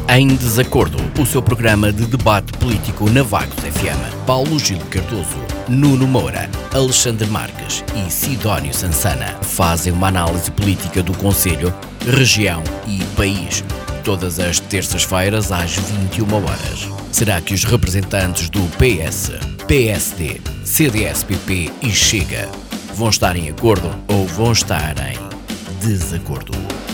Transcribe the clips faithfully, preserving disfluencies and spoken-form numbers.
Em Desacordo, o seu programa de debate político na Vagos F M. Paulo Gil Cardoso, Nuno Moura, Alexandre Marques e Sidónio Sansana fazem uma análise política do concelho, região e país. Todas as terças-feiras às vinte e uma horas. Será que os representantes do P S, P S D, C D S P P e Chega vão estar em acordo ou vão estar em desacordo?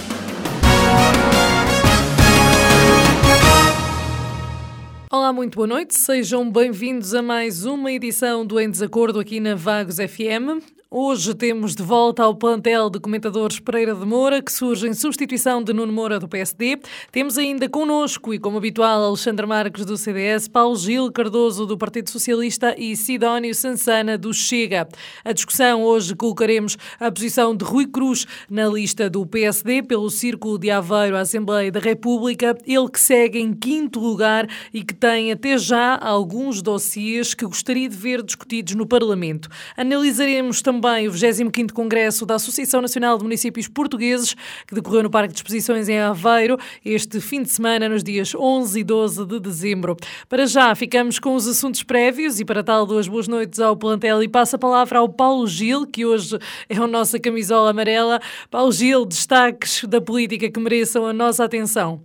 Olá, muito boa noite. Sejam bem-vindos a mais uma edição do Em Desacordo aqui na Vagos F M. Hoje temos de volta ao plantel de comentadores Pereira de Moura, que surge em substituição de Nuno Moura do P S D. Temos ainda connosco, e como habitual, Alexandre Marques do C D S, Paulo Gil Cardoso do Partido Socialista e Sidónio Sansana do Chega. A discussão hoje colocaremos a posição de Rui Cruz na lista do P S D pelo Círculo de Aveiro à Assembleia da República, ele que segue em quinto lugar e que tem até já alguns dossiês que gostaria de ver discutidos no Parlamento. Analisaremos também Também o vigésimo quinto Congresso da Associação Nacional de Municípios Portugueses, que decorreu no Parque de Exposições em Aveiro este fim de semana, nos dias onze e doze de dezembro. Para já, ficamos com os assuntos prévios e, para tal, duas boas noites ao plantel e passo a palavra ao Paulo Gil, que hoje é a nossa camisola amarela. Paulo Gil, destaques da política que mereçam a nossa atenção.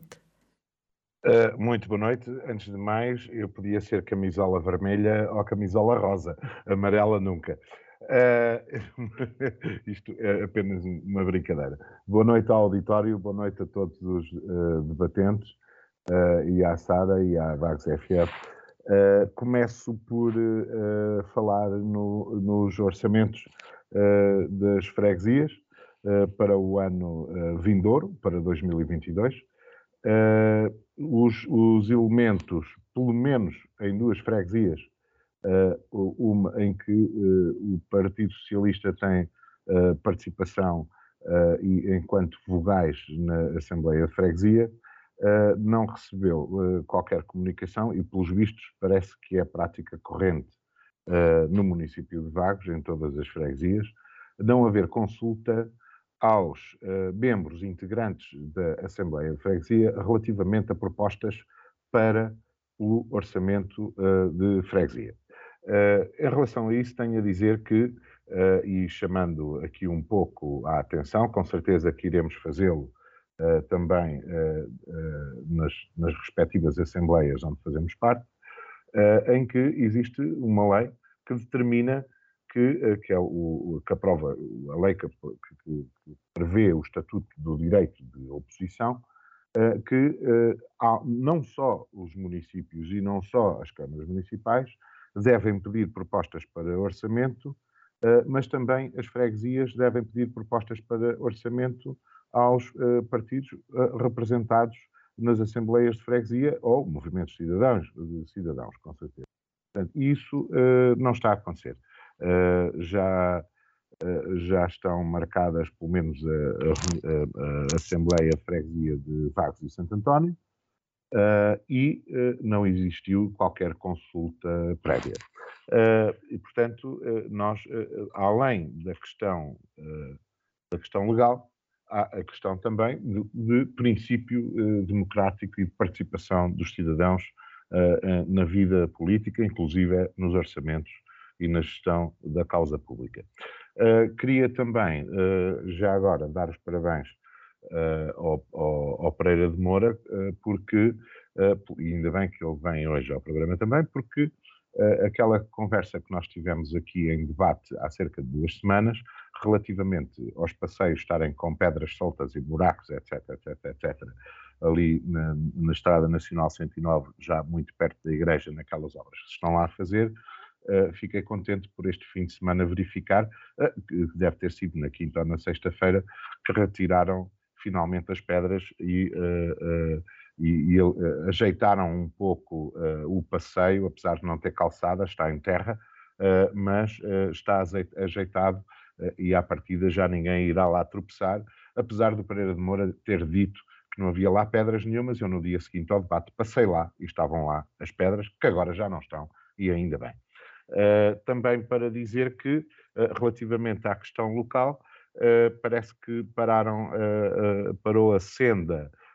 Uh, muito boa noite. Antes de mais, eu podia ser camisola vermelha ou camisola rosa, amarela nunca. Uh, isto é apenas uma brincadeira. Boa noite ao auditório, boa noite a todos os uh, debatentes uh, e à Sara e à Vagos F M. Uh, começo por uh, falar no, nos orçamentos uh, das freguesias uh, para o ano uh, vindouro, para dois mil e vinte e dois. Uh, os, os elementos, pelo menos em duas freguesias, Uh, uma em que uh, o Partido Socialista tem uh, participação uh, e enquanto vogais na Assembleia de Freguesia, uh, não recebeu uh, qualquer comunicação e, pelos vistos, parece que é prática corrente uh, no município de Vagos, em todas as freguesias, não haver consulta aos uh, membros integrantes da Assembleia de Freguesia relativamente a propostas para o orçamento uh, de freguesia. Uh, em relação a isso, tenho a dizer que, uh, e chamando aqui um pouco a atenção, com certeza que iremos fazê-lo uh, também uh, uh, nas, nas respectivas assembleias onde fazemos parte, uh, em que existe uma lei que determina que, uh, que, é o, que aprova a lei que, que, que prevê o Estatuto do Direito de Oposição, uh, que uh, há, não só os municípios e não só as câmaras municipais devem pedir propostas para orçamento, mas também as freguesias devem pedir propostas para orçamento aos partidos representados nas assembleias de freguesia ou movimentos cidadãos, de cidadãos, com certeza. Portanto, isso não está a acontecer. Já, já estão marcadas, pelo menos, a, a, a Assembleia de Freguesia de Vagos e Santo António, Uh, e uh, não existiu qualquer consulta prévia. Uh, e, portanto, uh, nós, uh, além da questão, uh, da questão legal, há a questão também de, de princípio uh, democrático e de participação dos cidadãos uh, uh, na vida política, inclusive nos orçamentos e na gestão da causa pública. Uh, queria também, uh, já agora, dar os parabéns Uh, ao, ao, ao Pereira de Moura, uh, porque, uh, e ainda bem que ele vem hoje ao programa também, porque uh, aquela conversa que nós tivemos aqui em debate há cerca de duas semanas, relativamente aos passeios estarem com pedras soltas e buracos, etc, etc, etc, ali na, na Estrada Nacional cento e nove, já muito perto da igreja, naquelas obras que se estão lá a fazer, uh, fiquei contente por este fim de semana verificar, uh, que deve ter sido na quinta ou na sexta-feira, que retiraram finalmente as pedras e, uh, uh, e, e uh, ajeitaram um pouco uh, o passeio, apesar de não ter calçada, está em terra, uh, mas uh, está ajeitado uh, e à partida já ninguém irá lá tropeçar, apesar do Pereira de Moura ter dito que não havia lá pedras nenhumas. Eu no dia seguinte ao debate passei lá e estavam lá as pedras, que agora já não estão, e ainda bem. Uh, também para dizer que, uh, relativamente à questão local, Uh, parece que pararam, uh, uh, parou a senda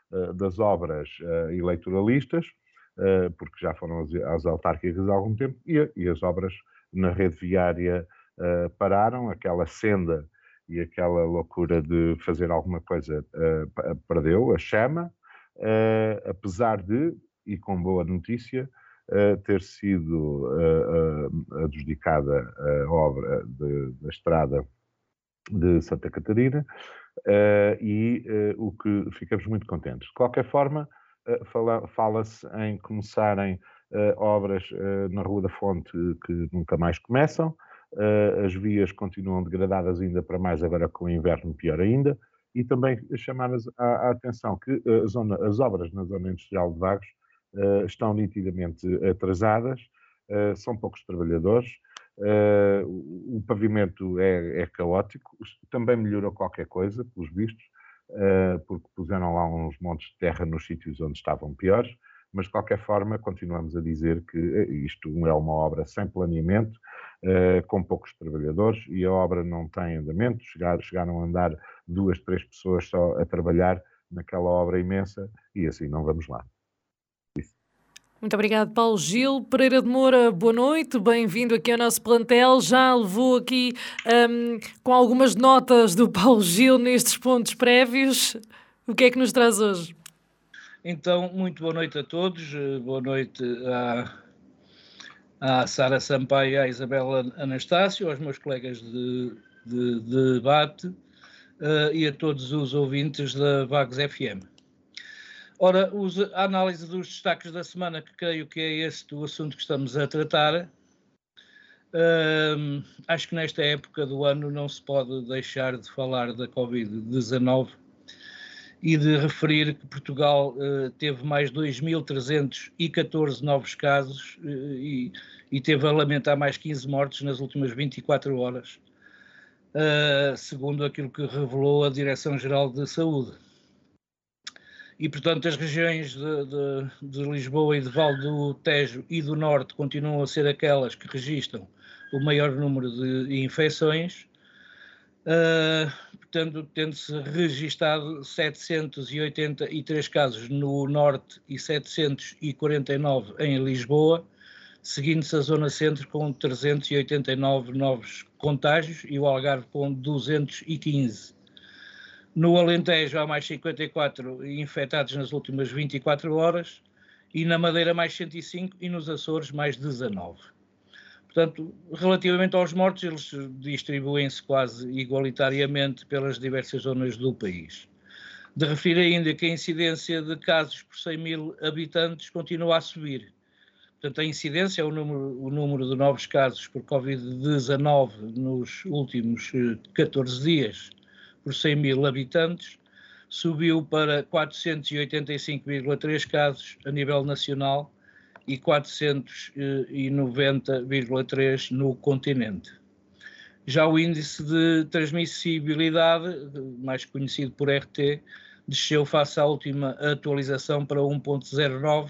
uh, das obras uh, eleitoralistas, uh, porque já foram as, as autárquicas há algum tempo, e, e as obras na rede viária uh, pararam, aquela senda e aquela loucura de fazer alguma coisa uh, perdeu a chama, uh, apesar de, e com boa notícia, uh, ter sido uh, uh, adjudicada a obra de, da estrada de Santa Catarina, uh, e uh, o que ficamos muito contentes. De qualquer forma, uh, fala, fala-se em começarem uh, obras uh, na Rua da Fonte que nunca mais começam. Uh, as vias continuam degradadas ainda para mais agora com o inverno, pior ainda, e também chamar a, a atenção que a zona, as obras na zona industrial de Vagos uh, estão nitidamente atrasadas, uh, são poucos trabalhadores, uh, o, o pavimento é, é caótico, também melhorou qualquer coisa, pelos vistos, uh, porque puseram lá uns montes de terra nos sítios onde estavam piores, mas de qualquer forma continuamos a dizer que isto é uma obra sem planeamento, uh, com poucos trabalhadores, e a obra não tem andamento. Chegar, chegaram a andar duas, três pessoas só a trabalhar naquela obra imensa, e assim não vamos lá. Isso. Muito obrigado, Paulo Gil. Pereira de Moura, boa noite, bem-vindo aqui ao nosso plantel. Já levou aqui um, com algumas notas do Paulo Gil nestes pontos prévios. O que é que nos traz hoje? Então, muito boa noite a todos, boa noite à, à Sara Sampaio e à Isabela Anastácio, aos meus colegas de, de, de debate uh, e a todos os ouvintes da Vagos F M. Ora, os, a análise dos destaques da semana, que creio que é este o assunto que estamos a tratar, uh, acho que nesta época do ano não se pode deixar de falar da covid dezanove e de referir que Portugal uh, teve mais dois mil trezentos e catorze novos casos uh, e, e teve a lamentar mais quinze mortes nas últimas vinte e quatro horas, uh, segundo aquilo que revelou a Direção-Geral de Saúde. E, portanto, as regiões de, de, de Lisboa e de Val do Tejo e do Norte continuam a ser aquelas que registram o maior número de infecções, Uh, portanto, tendo-se registado setecentos e oitenta e três casos no Norte e setecentos e quarenta e nove em Lisboa, seguindo-se a Zona Centro com trezentos e oitenta e nove novos contágios e o Algarve com duzentos e quinze. No Alentejo há mais cinquenta e quatro infectados nas últimas vinte e quatro horas e na Madeira mais cento e cinco e nos Açores mais dezanove. Portanto, relativamente aos mortos, eles distribuem-se quase igualitariamente pelas diversas zonas do país. De referir ainda que a incidência de casos por cem mil habitantes continua a subir. Portanto, a incidência é o número, o número de novos casos por covid dezanove nos últimos catorze dias por cem mil habitantes, subiu para quatrocentos e oitenta e cinco vírgula três casos a nível nacional e quatrocentos e noventa vírgula três no continente. Já o índice de transmissibilidade, mais conhecido por R T, desceu face à última atualização para um ponto zero nove,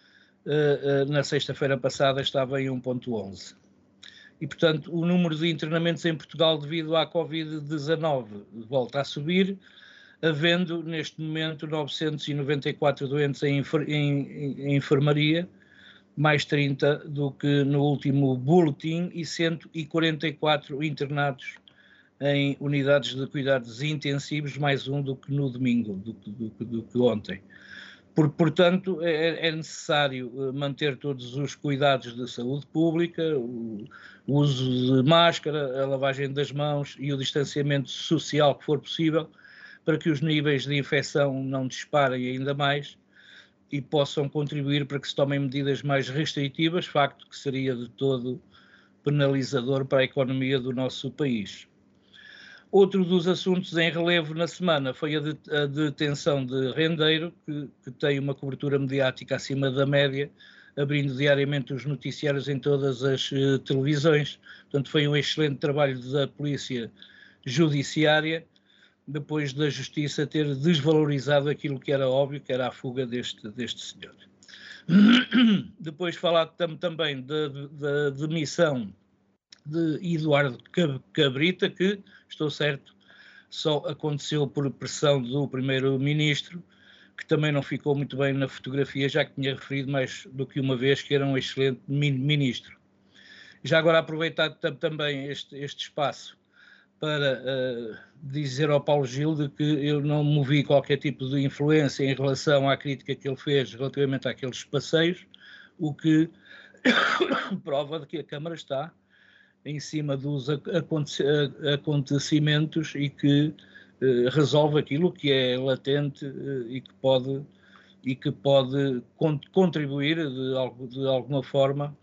na sexta-feira passada estava em um ponto onze. E, portanto, o número de internamentos em Portugal devido à covid dezanove volta a subir, havendo neste momento novecentos e noventa e quatro doentes em, enfer- em, em enfermaria, mais trinta do que no último boletim e cento e quarenta e quatro internados em unidades de cuidados intensivos, mais um do que no domingo, do que, do que, do que ontem. Por, portanto, é, é necessário manter todos os cuidados de saúde pública, o, o uso de máscara, a lavagem das mãos e o distanciamento social que for possível, para que os níveis de infecção não disparem ainda mais e possam contribuir para que se tomem medidas mais restritivas, facto que seria de todo penalizador para a economia do nosso país. Outro dos assuntos em relevo na semana foi a, de, a detenção de Rendeiro, que, que tem uma cobertura mediática acima da média, abrindo diariamente os noticiários em todas as uh, televisões. Portanto, foi um excelente trabalho da Polícia Judiciária, depois da Justiça ter desvalorizado aquilo que era óbvio, que era a fuga deste, deste senhor. Depois falar tam, também da, da demissão de Eduardo Cabrita, que, estou certo, só aconteceu por pressão do primeiro-ministro, que também não ficou muito bem na fotografia, já que tinha referido mais do que uma vez que era um excelente ministro. Já agora aproveitar também este, este espaço para uh, dizer ao Paulo Gil de que eu não movi qualquer tipo de influência em relação à crítica que ele fez relativamente àqueles passeios, o que prova de que a Câmara está em cima dos acontecimentos e que uh, resolve aquilo que é latente uh, e que pode, e que pode contribuir de, de alguma forma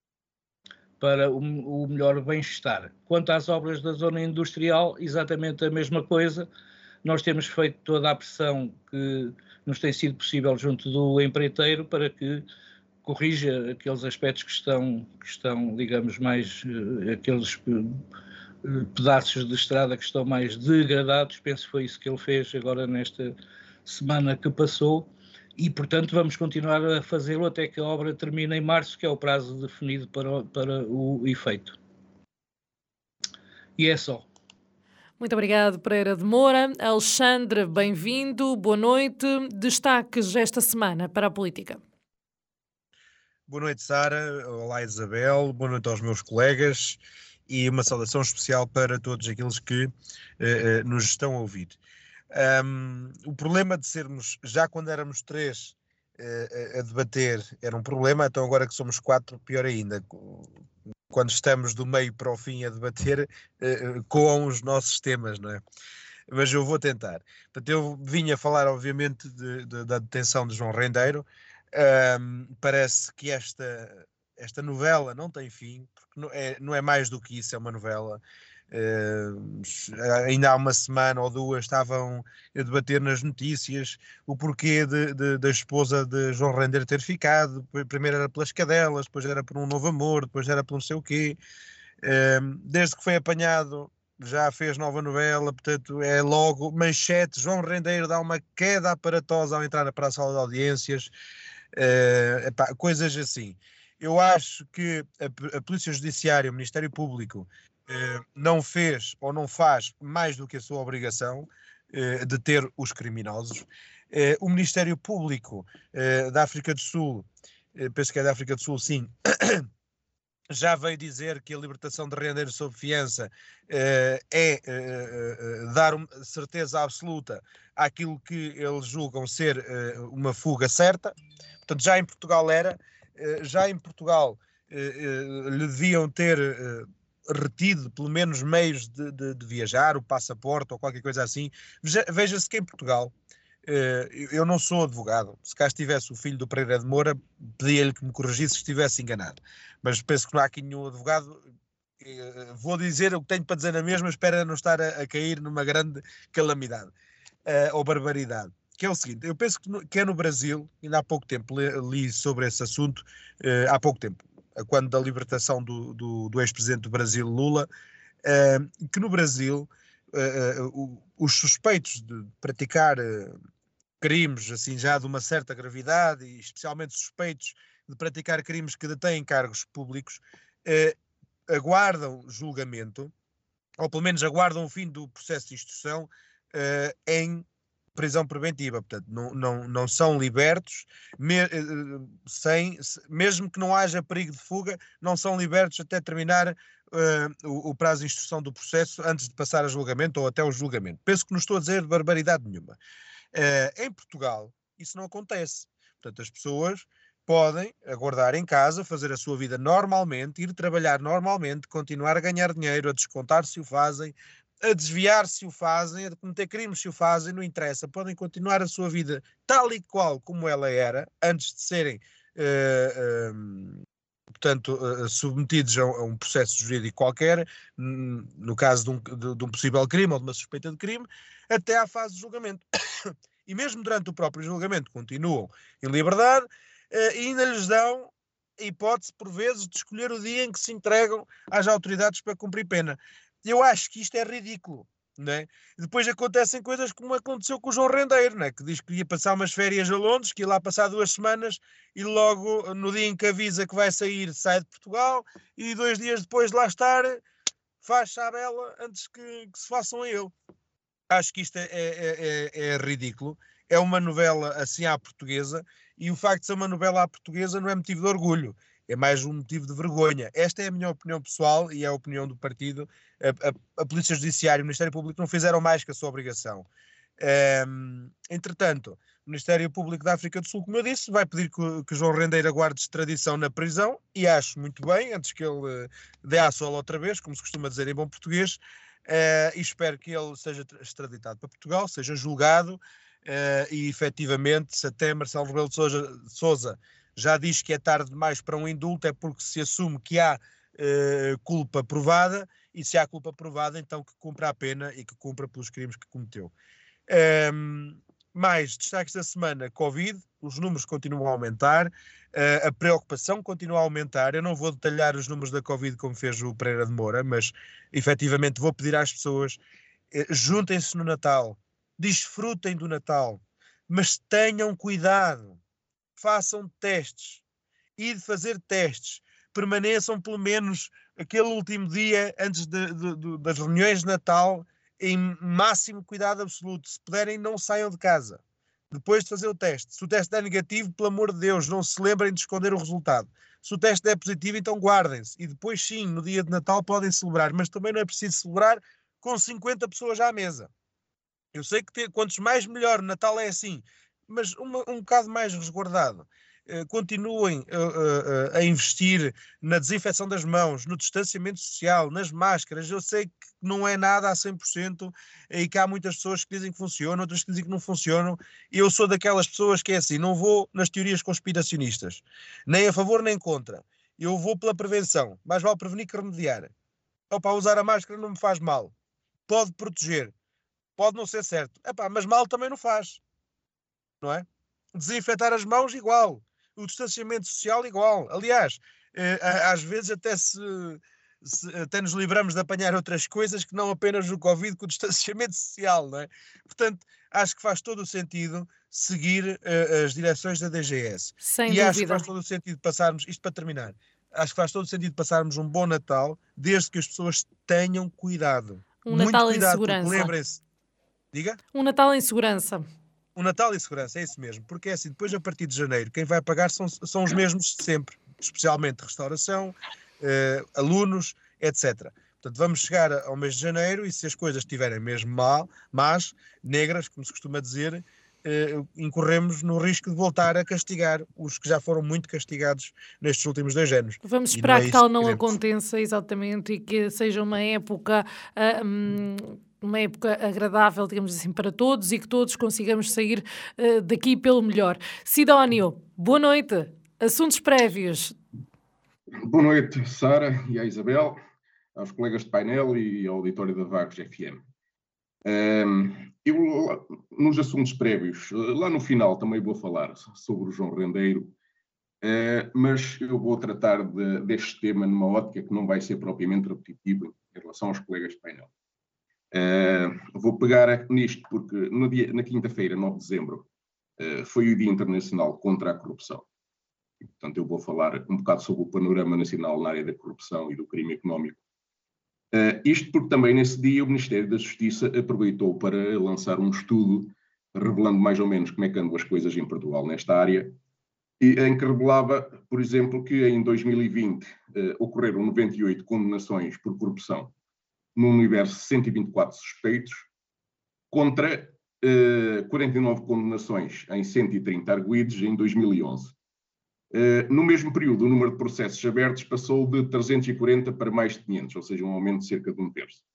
para o, o melhor bem-estar. Quanto às obras da zona industrial, exatamente a mesma coisa. Nós temos feito toda a pressão que nos tem sido possível junto do empreiteiro para que corrija aqueles aspectos que estão, que estão digamos, mais, uh, aqueles uh, pedaços de estrada que estão mais degradados. Penso que foi isso que ele fez agora nesta semana que passou. E, portanto, vamos continuar a fazê-lo até que a obra termine em março, que é o prazo definido para, para o efeito. E é só. Muito obrigado, Pereira de Moura. Alexandre, bem-vindo, boa noite. Destaques esta semana para a política. Boa noite, Sara. Olá, Isabel. Boa noite aos meus colegas e uma saudação especial para todos aqueles que uh, uh, nos estão a ouvir. Um, o problema de sermos, já quando éramos três uh, a debater, era um problema, então agora que somos quatro, pior ainda. Quando estamos do meio para o fim a debater, uh, coam os nossos temas, não é? Mas eu vou tentar. Portanto, eu vinha falar, obviamente, de, de, da detenção de João Rendeiro. Um, parece que esta, esta novela não tem fim, porque não é, não é mais do que isso, é uma novela. Uh, ainda há uma semana ou duas estavam a debater nas notícias o porquê de, de, da esposa de João Rendeiro ter ficado. Primeiro era pelas cadelas, depois era por um novo amor, depois era por não sei o quê. Uh, desde que foi apanhado já fez nova novela, portanto é logo manchete: João Rendeiro dá uma queda aparatosa ao entrar para a sala de audiências. Uh, epá, coisas assim. Eu acho que a, a Polícia Judiciária, o Ministério Público, Uh, não fez ou não faz mais do que a sua obrigação uh, de ter os criminosos. Uh, o Ministério Público uh, da África do Sul, uh, penso que é da África do Sul, sim, já veio dizer que a libertação de Rendeiro sob fiança uh, é uh, uh, dar certeza absoluta àquilo que eles julgam ser uh, uma fuga certa. Portanto, já em Portugal era, uh, já em Portugal uh, uh, lhe deviam ter uh, retido pelo menos meios de, de, de viajar, o passaporte ou qualquer coisa assim. Veja-se que em Portugal, uh, eu não sou advogado, se cá estivesse o filho do Pereira de Moura, pedia-lhe que me corrigisse se estivesse enganado, mas penso que não há aqui nenhum advogado. Uh, vou dizer o que tenho para dizer na mesma, espero não estar a, a cair numa grande calamidade uh, ou barbaridade, que é o seguinte: eu penso que, no, que é no Brasil, ainda há pouco tempo li, li sobre esse assunto, uh, há pouco tempo, quando da libertação do, do, do ex-presidente do Brasil, Lula, uh, que no Brasil uh, uh, os suspeitos de praticar uh, crimes assim já de uma certa gravidade, e especialmente suspeitos de praticar crimes que detêm cargos públicos, uh, aguardam julgamento, ou pelo menos aguardam o fim do processo de instrução uh, em prisão preventiva. Portanto, não, não, não são libertos, me, sem, mesmo que não haja perigo de fuga, não são libertos até terminar uh, o, o prazo de instrução do processo, antes de passar a julgamento ou até o julgamento. Penso que não estou a dizer barbaridade nenhuma. Uh, em Portugal, isso não acontece. Portanto, as pessoas podem aguardar em casa, fazer a sua vida normalmente, ir trabalhar normalmente, continuar a ganhar dinheiro, a descontar se o fazem, a desviar se o fazem, a cometer crimes se o fazem, não interessa, podem continuar a sua vida tal e qual como ela era, antes de serem, uh, uh, portanto, uh, submetidos a, a um processo jurídico qualquer, no caso de um, de, de um possível crime ou de uma suspeita de crime, até à fase de julgamento. E mesmo durante o próprio julgamento continuam em liberdade, uh, e ainda lhes dão a hipótese, por vezes, de escolher o dia em que se entregam às autoridades para cumprir pena. Eu acho que isto é ridículo, não é? Depois acontecem coisas como aconteceu com o João Rendeiro, não é? Que diz que ia passar umas férias a Londres, que ia lá passar duas semanas e logo no dia em que avisa que vai sair, sai de Portugal, e dois dias depois de lá estar, faz-se à bela antes que, que se façam a ele. Acho que isto é, é, é, é ridículo. É uma novela assim à portuguesa, e o facto de ser uma novela à portuguesa não é motivo de orgulho, é mais um motivo de vergonha. Esta é a minha opinião pessoal e é a opinião do partido. A, a, a Polícia Judiciária e o Ministério Público não fizeram mais que a sua obrigação. Um, entretanto, o Ministério Público da África do Sul, como eu disse, vai pedir que, que João Rendeiro aguarde extradição na prisão, e acho muito bem, antes que ele uh, dê à sola outra vez, como se costuma dizer em bom português, uh, e espero que ele seja extraditado para Portugal, seja julgado, uh, e efetivamente, se até Marcelo Rebelo de Sousa, Sousa já diz que é tarde demais para um indulto, é porque se assume que há uh, culpa provada, e se há culpa provada, então que cumpra a pena e que cumpra pelos crimes que cometeu. Um, mais destaques da semana: Covid, os números continuam a aumentar, uh, a preocupação continua a aumentar. Eu não vou detalhar os números da Covid como fez o Pereira de Moura, mas efetivamente vou pedir às pessoas, uh, juntem-se no Natal, desfrutem do Natal, mas tenham cuidado, façam testes, e de fazer testes, permaneçam pelo menos aquele último dia antes de, de, de, das reuniões de Natal em máximo cuidado absoluto. Se puderem, não saiam de casa depois de fazer o teste. Se o teste é negativo, pelo amor de Deus, não se lembrem de esconder o resultado. Se o teste é positivo, então guardem-se, e depois sim, no dia de Natal podem celebrar, mas também não é preciso celebrar com cinquenta pessoas à mesa. Eu sei que ter, quantos mais melhor, Natal é assim, mas uma, um bocado mais resguardado. Uh, continuem uh, uh, uh, a investir na desinfecção das mãos, no distanciamento social, nas máscaras. Eu sei que não é nada a cem por cento e que há muitas pessoas que dizem que funcionam, outras que dizem que não funcionam. Eu sou daquelas pessoas que é assim, não vou nas teorias conspiracionistas, nem a favor nem contra. Eu vou pela prevenção, mais vale prevenir que remediar. Opa, usar a máscara não me faz mal, pode proteger, pode não ser certo. Epá, mas mal também não faz, não é? Desinfetar as mãos igual, o distanciamento social igual. Aliás, eh, às vezes até se, se até nos livramos de apanhar outras coisas que não apenas o Covid, com o distanciamento social, não é? Portanto, acho que faz todo o sentido seguir uh, as direções da D G S. Sem e dúvida. Acho que faz todo o sentido passarmos, isto para terminar, acho que faz todo o sentido passarmos um bom Natal, desde que as pessoas tenham cuidado. Um Muito Natal cuidado, em segurança. lembrem-se. Diga? Um Natal em segurança. O Natal e segurança, é isso mesmo, porque é assim, depois a partir de janeiro, quem vai pagar são, são os mesmos de sempre, especialmente restauração, eh, alunos, etcétera. Portanto, vamos chegar ao mês de janeiro, e se as coisas estiverem mesmo mal, más, negras, como se costuma dizer, eh, incorremos no risco de voltar a castigar os que já foram muito castigados nestes últimos dois anos. Vamos E esperar não é que isso tal que não queremos. aconteça, exatamente, e que seja uma época... Uh, um... uma época agradável, digamos assim, para todos, e que todos consigamos sair uh, daqui pelo melhor. Sidónio, boa noite. Assuntos prévios. Boa noite, Sara e à Isabel, aos colegas de painel e ao auditório da Vagos F M. Um, eu, nos assuntos prévios, lá no final também vou falar sobre o João Rendeiro, uh, mas eu vou tratar de, deste tema numa ótica que não vai ser propriamente repetitiva em relação aos colegas de painel. Uh, vou pegar nisto porque no dia, na quinta-feira, nove de dezembro, uh, foi o Dia Internacional contra a Corrupção. E, portanto, eu vou falar um bocado sobre o panorama nacional na área da corrupção e do crime económico. Uh, isto porque também nesse dia o Ministério da Justiça aproveitou para lançar um estudo revelando mais ou menos como é que andam as coisas em Portugal nesta área, e, em que revelava, por exemplo, que em dois mil e vinte uh, ocorreram noventa e oito condenações por corrupção num universo de cento e vinte e quatro suspeitos, contra uh, quarenta e nove condenações em cento e trinta arguidos em dois mil e onze. Uh, no mesmo período, o número de processos abertos passou de trezentos e quarenta para mais de quinhentos, ou seja, um aumento de cerca de um terço.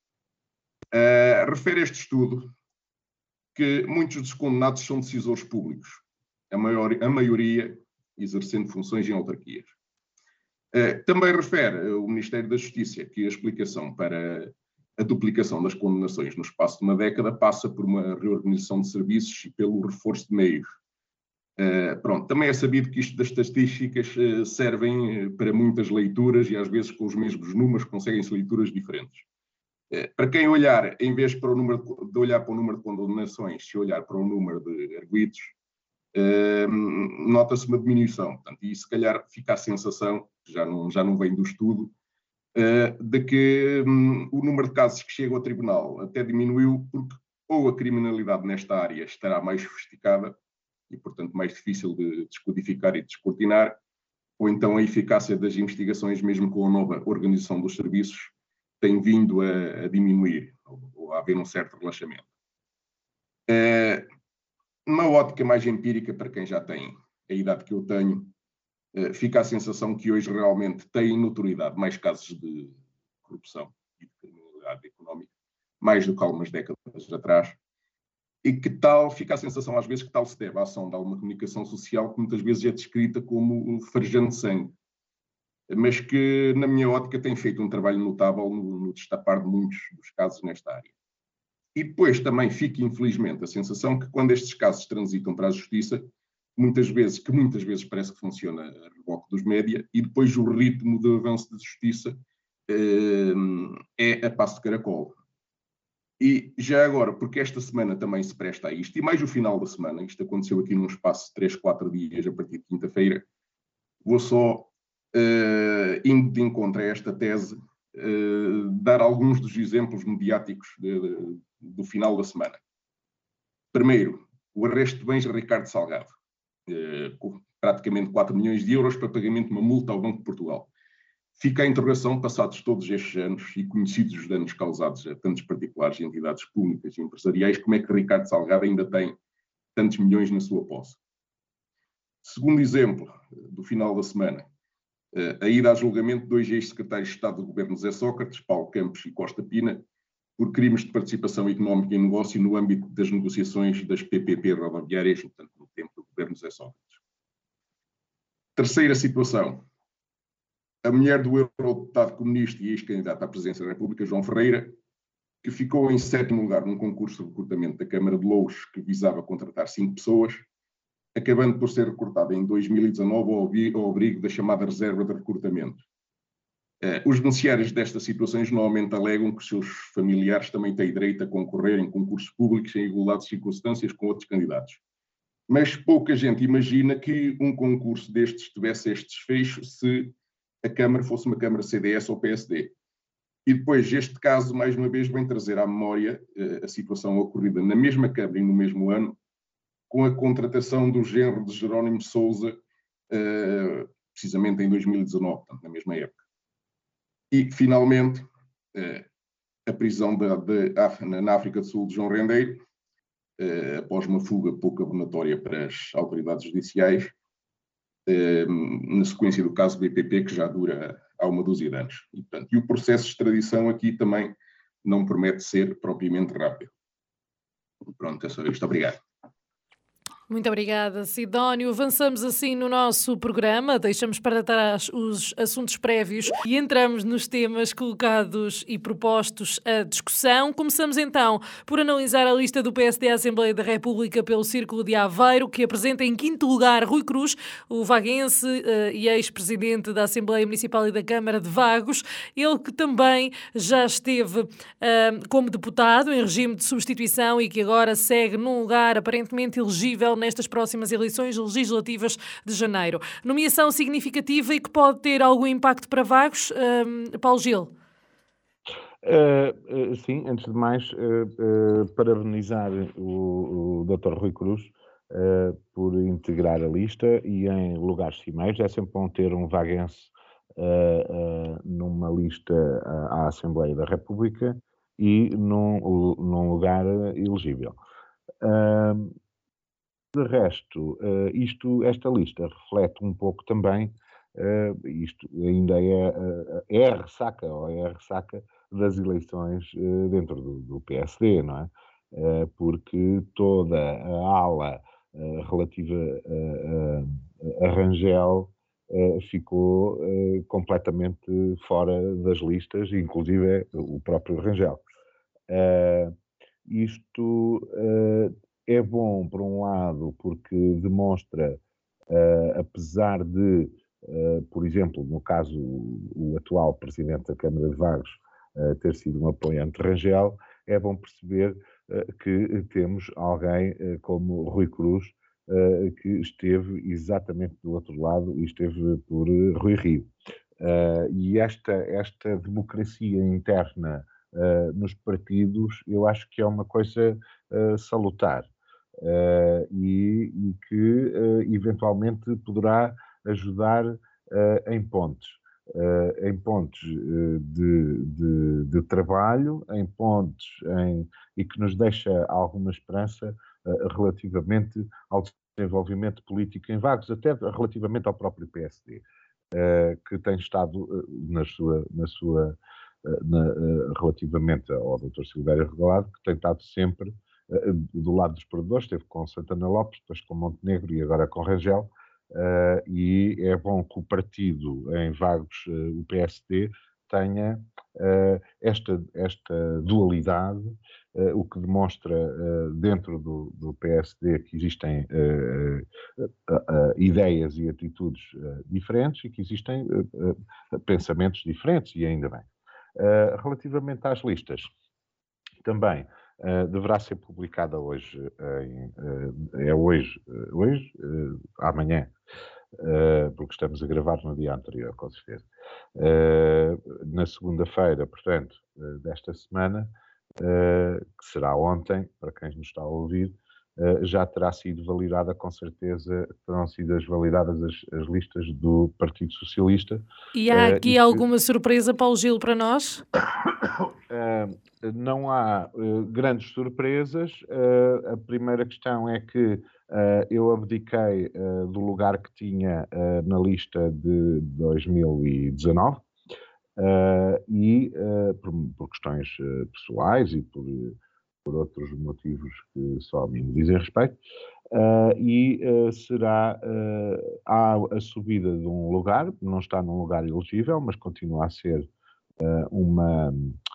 Uh, refere este estudo que muitos dos condenados são decisores públicos, a, maior, a maioria exercendo funções em autarquias. Uh, também refere o Ministério da Justiça que a explicação para a duplicação das condenações no espaço de uma década passa por uma reorganização de serviços e pelo reforço de meios. Uh, pronto, também é sabido que isto das estatísticas uh, servem uh, para muitas leituras e às vezes com os mesmos números conseguem-se leituras diferentes. Uh, para quem olhar, em vez para o número de, de olhar para o número de condenações, se olhar para o número de arguidos, uh, nota-se uma diminuição. Portanto, e se calhar fica a sensação, que já não, já não vem do estudo, Uh, de que um, o número de casos que chegam ao tribunal até diminuiu porque ou a criminalidade nesta área estará mais sofisticada e, portanto, mais difícil de descodificar e descortinar, ou então a eficácia das investigações, mesmo com a nova organização dos serviços, tem vindo a, a diminuir, ou, ou a haver um certo relaxamento. É, numa ótica mais empírica, para quem já tem a idade que eu tenho, é, fica a sensação que hoje realmente tem notoriedade mais casos de corrupção e de criminalidade económica, mais do que há algumas décadas atrás, e que tal, fica a sensação às vezes que tal se deve à ação de alguma comunicação social que muitas vezes é descrita como farejante sangue, mas que na minha ótica tem feito um trabalho notável no, no destapar de muitos dos casos nesta área. E depois também fica infelizmente a sensação que quando estes casos transitam para a justiça, muitas vezes, que muitas vezes parece que funciona a reboque dos média, e depois o ritmo de avanço da justiça eh, é a passo de caracol. E já agora, porque esta semana também se presta a isto, e mais o final da semana, isto aconteceu aqui num espaço de três, quatro dias a partir de quinta-feira, vou só, uh, indo de encontro a esta tese, uh, dar alguns dos exemplos mediáticos de, de, do final da semana. Primeiro, o arresto de bens de Ricardo Salgado, uh, com praticamente quatro milhões de euros para pagamento de uma multa ao Banco de Portugal. Fica a interrogação, passados todos estes anos e conhecidos os danos causados a tantos particulares, entidades públicas e empresariais, como é que Ricardo Salgado ainda tem tantos milhões na sua posse. Segundo exemplo, do final da semana, a ida a julgamento de dois ex-secretários de Estado do Governo José Sócrates, Paulo Campos e Costa Pina, por crimes de participação económica em negócio no âmbito das negociações das P P P rodoviárias, portanto, no tempo do Governo José Sócrates. Terceira situação. A mulher do eurodeputado comunista e ex-candidato à presidência da República, João Ferreira, que ficou em sétimo lugar num concurso de recrutamento da Câmara de Louros que visava contratar cinco pessoas, acabando por ser recrutada em dois mil e dezanove ao abrigo da chamada reserva de recrutamento. Os beneficiários destas situações normalmente alegam que os seus familiares também têm direito a concorrer em concursos públicos em igualdade de circunstâncias com outros candidatos. Mas pouca gente imagina que um concurso destes tivesse este desfecho se a Câmara fosse uma Câmara C D S ou P S D. E depois, este caso, mais uma vez, vem trazer à memória uh, a situação ocorrida na mesma Câmara e no mesmo ano, com a contratação do genro de Jerónimo de Sousa, uh, precisamente em dois mil e dezanove, portanto, na mesma época. E, finalmente, uh, a prisão de, de, de, na África do Sul de João Rendeiro, uh, após uma fuga pouco abonatória para as autoridades judiciais, na sequência do caso B P P, que já dura há uma dúzia de anos. E, portanto, e o processo de extradição aqui também não promete ser propriamente rápido. Pronto, é só isto. Obrigado. Muito obrigada, Sidónio. Avançamos assim no nosso programa, deixamos para trás os assuntos prévios e entramos nos temas colocados e propostos à discussão. Começamos então por analisar a lista do P S D à Assembleia da República pelo Círculo de Aveiro, que apresenta em quinto lugar Rui Cruz, o vaguense uh, e ex-presidente da Assembleia Municipal e da Câmara de Vagos, ele que também já esteve uh, como deputado em regime de substituição e que agora segue num lugar aparentemente elegível nestas próximas eleições legislativas de janeiro. Nomeação significativa e que pode ter algum impacto para Vagos. Um, Paulo Gil. Uh, uh, sim, antes de mais, uh, uh, parabenizar o, o doutor Rui Cruz uh, por integrar a lista e em lugares cimeiros. É sempre bom ter um vaguense uh, uh, numa lista uh, à Assembleia da República e num, num lugar elegível. Uh, De resto, uh, isto, esta lista reflete um pouco também, uh, isto ainda é, uh, é a ressaca, ou é a ressaca das eleições uh, dentro do, do P S D, não é? Uh, porque toda a ala uh, relativa uh, a Rangel uh, ficou uh, completamente fora das listas, inclusive o próprio Rangel. Uh, isto... Uh, É bom, por um lado, porque demonstra, uh, apesar de, uh, por exemplo, no caso, o, o atual presidente da Câmara de Vagos uh, ter sido um apoiante de Rangel, é bom perceber uh, que temos alguém uh, como Rui Cruz, uh, que esteve exatamente do outro lado e esteve por uh, Rui Rio. Uh, e esta, esta democracia interna uh, nos partidos, eu acho que é uma coisa uh, salutar uh, e, e que uh, eventualmente poderá ajudar uh, em pontes. Uh, em pontos uh, de, de, de trabalho, em pontos em, e que nos deixa alguma esperança uh, relativamente ao desenvolvimento político em Vagos, até relativamente ao próprio P S D, uh, que tem estado uh, na sua, na sua uh, na, uh, relativamente ao doutor Silvério Regalado, que tem estado sempre uh, do lado dos perdedores, esteve com Santana Lopes, depois com Montenegro e agora com Rangel. Uh, e é bom que o partido em Vagos, uh, o P S D, tenha uh, esta, esta dualidade, uh, o que demonstra uh, dentro do, do P S D que existem uh, uh, uh, ideias e atitudes uh, diferentes e que existem uh, uh, pensamentos diferentes, e ainda bem. Uh, relativamente às listas, também Uh, deverá ser publicada hoje, uh, em, uh, é hoje, uh, hoje, uh, amanhã, uh, porque estamos a gravar no dia anterior, com certeza. Uh, na segunda-feira, portanto, uh, desta semana, uh, que será ontem, para quem nos está a ouvir, uh, já terá sido validada, com certeza, terão sido validadas as, as listas do Partido Socialista. E há aqui uh, e alguma que... surpresa, Paulo Gil, para nós? Uh, não há uh, grandes surpresas. Uh, a primeira questão é que uh, eu abdiquei uh, do lugar que tinha uh, na lista de dois mil e dezanove uh, e uh, por, por questões uh, pessoais e por, por outros motivos que só a mim me dizem respeito. Uh, e uh, será uh, há a subida de um lugar, não está num lugar elegível, mas continua a ser uh, uma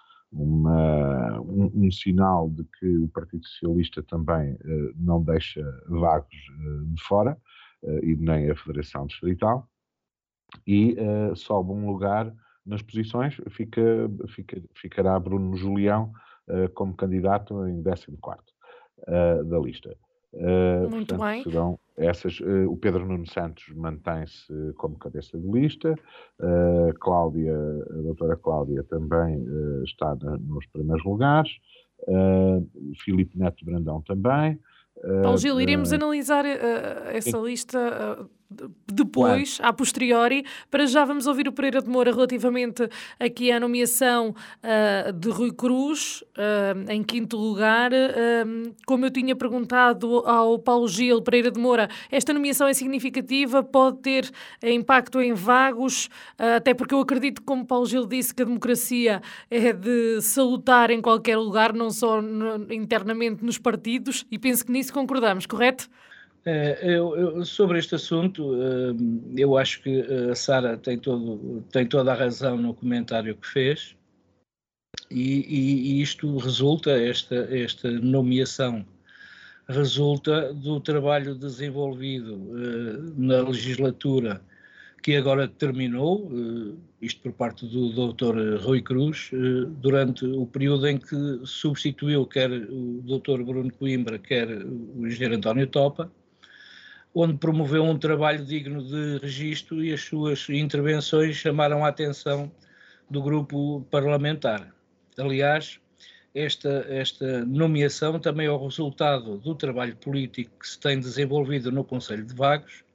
Uma, um, um sinal de que o Partido Socialista também uh, não deixa Vagos uh, de fora, uh, e nem a Federação Distrital, e uh, sobe um lugar nas posições, fica, fica, ficará Bruno Julião uh, como candidato em décimo quarto uh, da lista. Uh, Muito portanto, bem. Serão essas, uh, o Pedro Nuno Santos mantém-se como cabeça de lista, uh, Cláudia, a doutora Cláudia também uh, está na, nos primeiros lugares, uh, Filipe Neto Brandão também. Uh, Paulo Gil, iremos uh, analisar uh, essa sim. lista uh, depois, claro. A posteriori. Para já vamos ouvir o Pereira de Moura relativamente aqui à nomeação uh, de Rui Cruz, uh, em quinto lugar. Uh, como eu tinha perguntado ao Paulo Gil, Pereira de Moura, esta nomeação é significativa, pode ter impacto em Vagos, uh, até porque eu acredito, como Paulo Gil disse, que a democracia é de salutar em qualquer lugar, não só no, internamente nos partidos, e penso que nisso concordamos, correto? Eu, eu, sobre este assunto, eu acho que a Sara tem, todo, tem toda a razão no comentário que fez, e, e, e isto resulta, esta, esta nomeação resulta do trabalho desenvolvido na legislatura que agora terminou, isto por parte do doutor Rui Cruz, durante o período em que substituiu quer o doutor Bruno Coimbra, quer o engenheiro António Topa, onde promoveu um trabalho digno de registro, e as suas intervenções chamaram a atenção do grupo parlamentar. Aliás, esta, esta nomeação também é o resultado do trabalho político que se tem desenvolvido no Conselho de Vagos,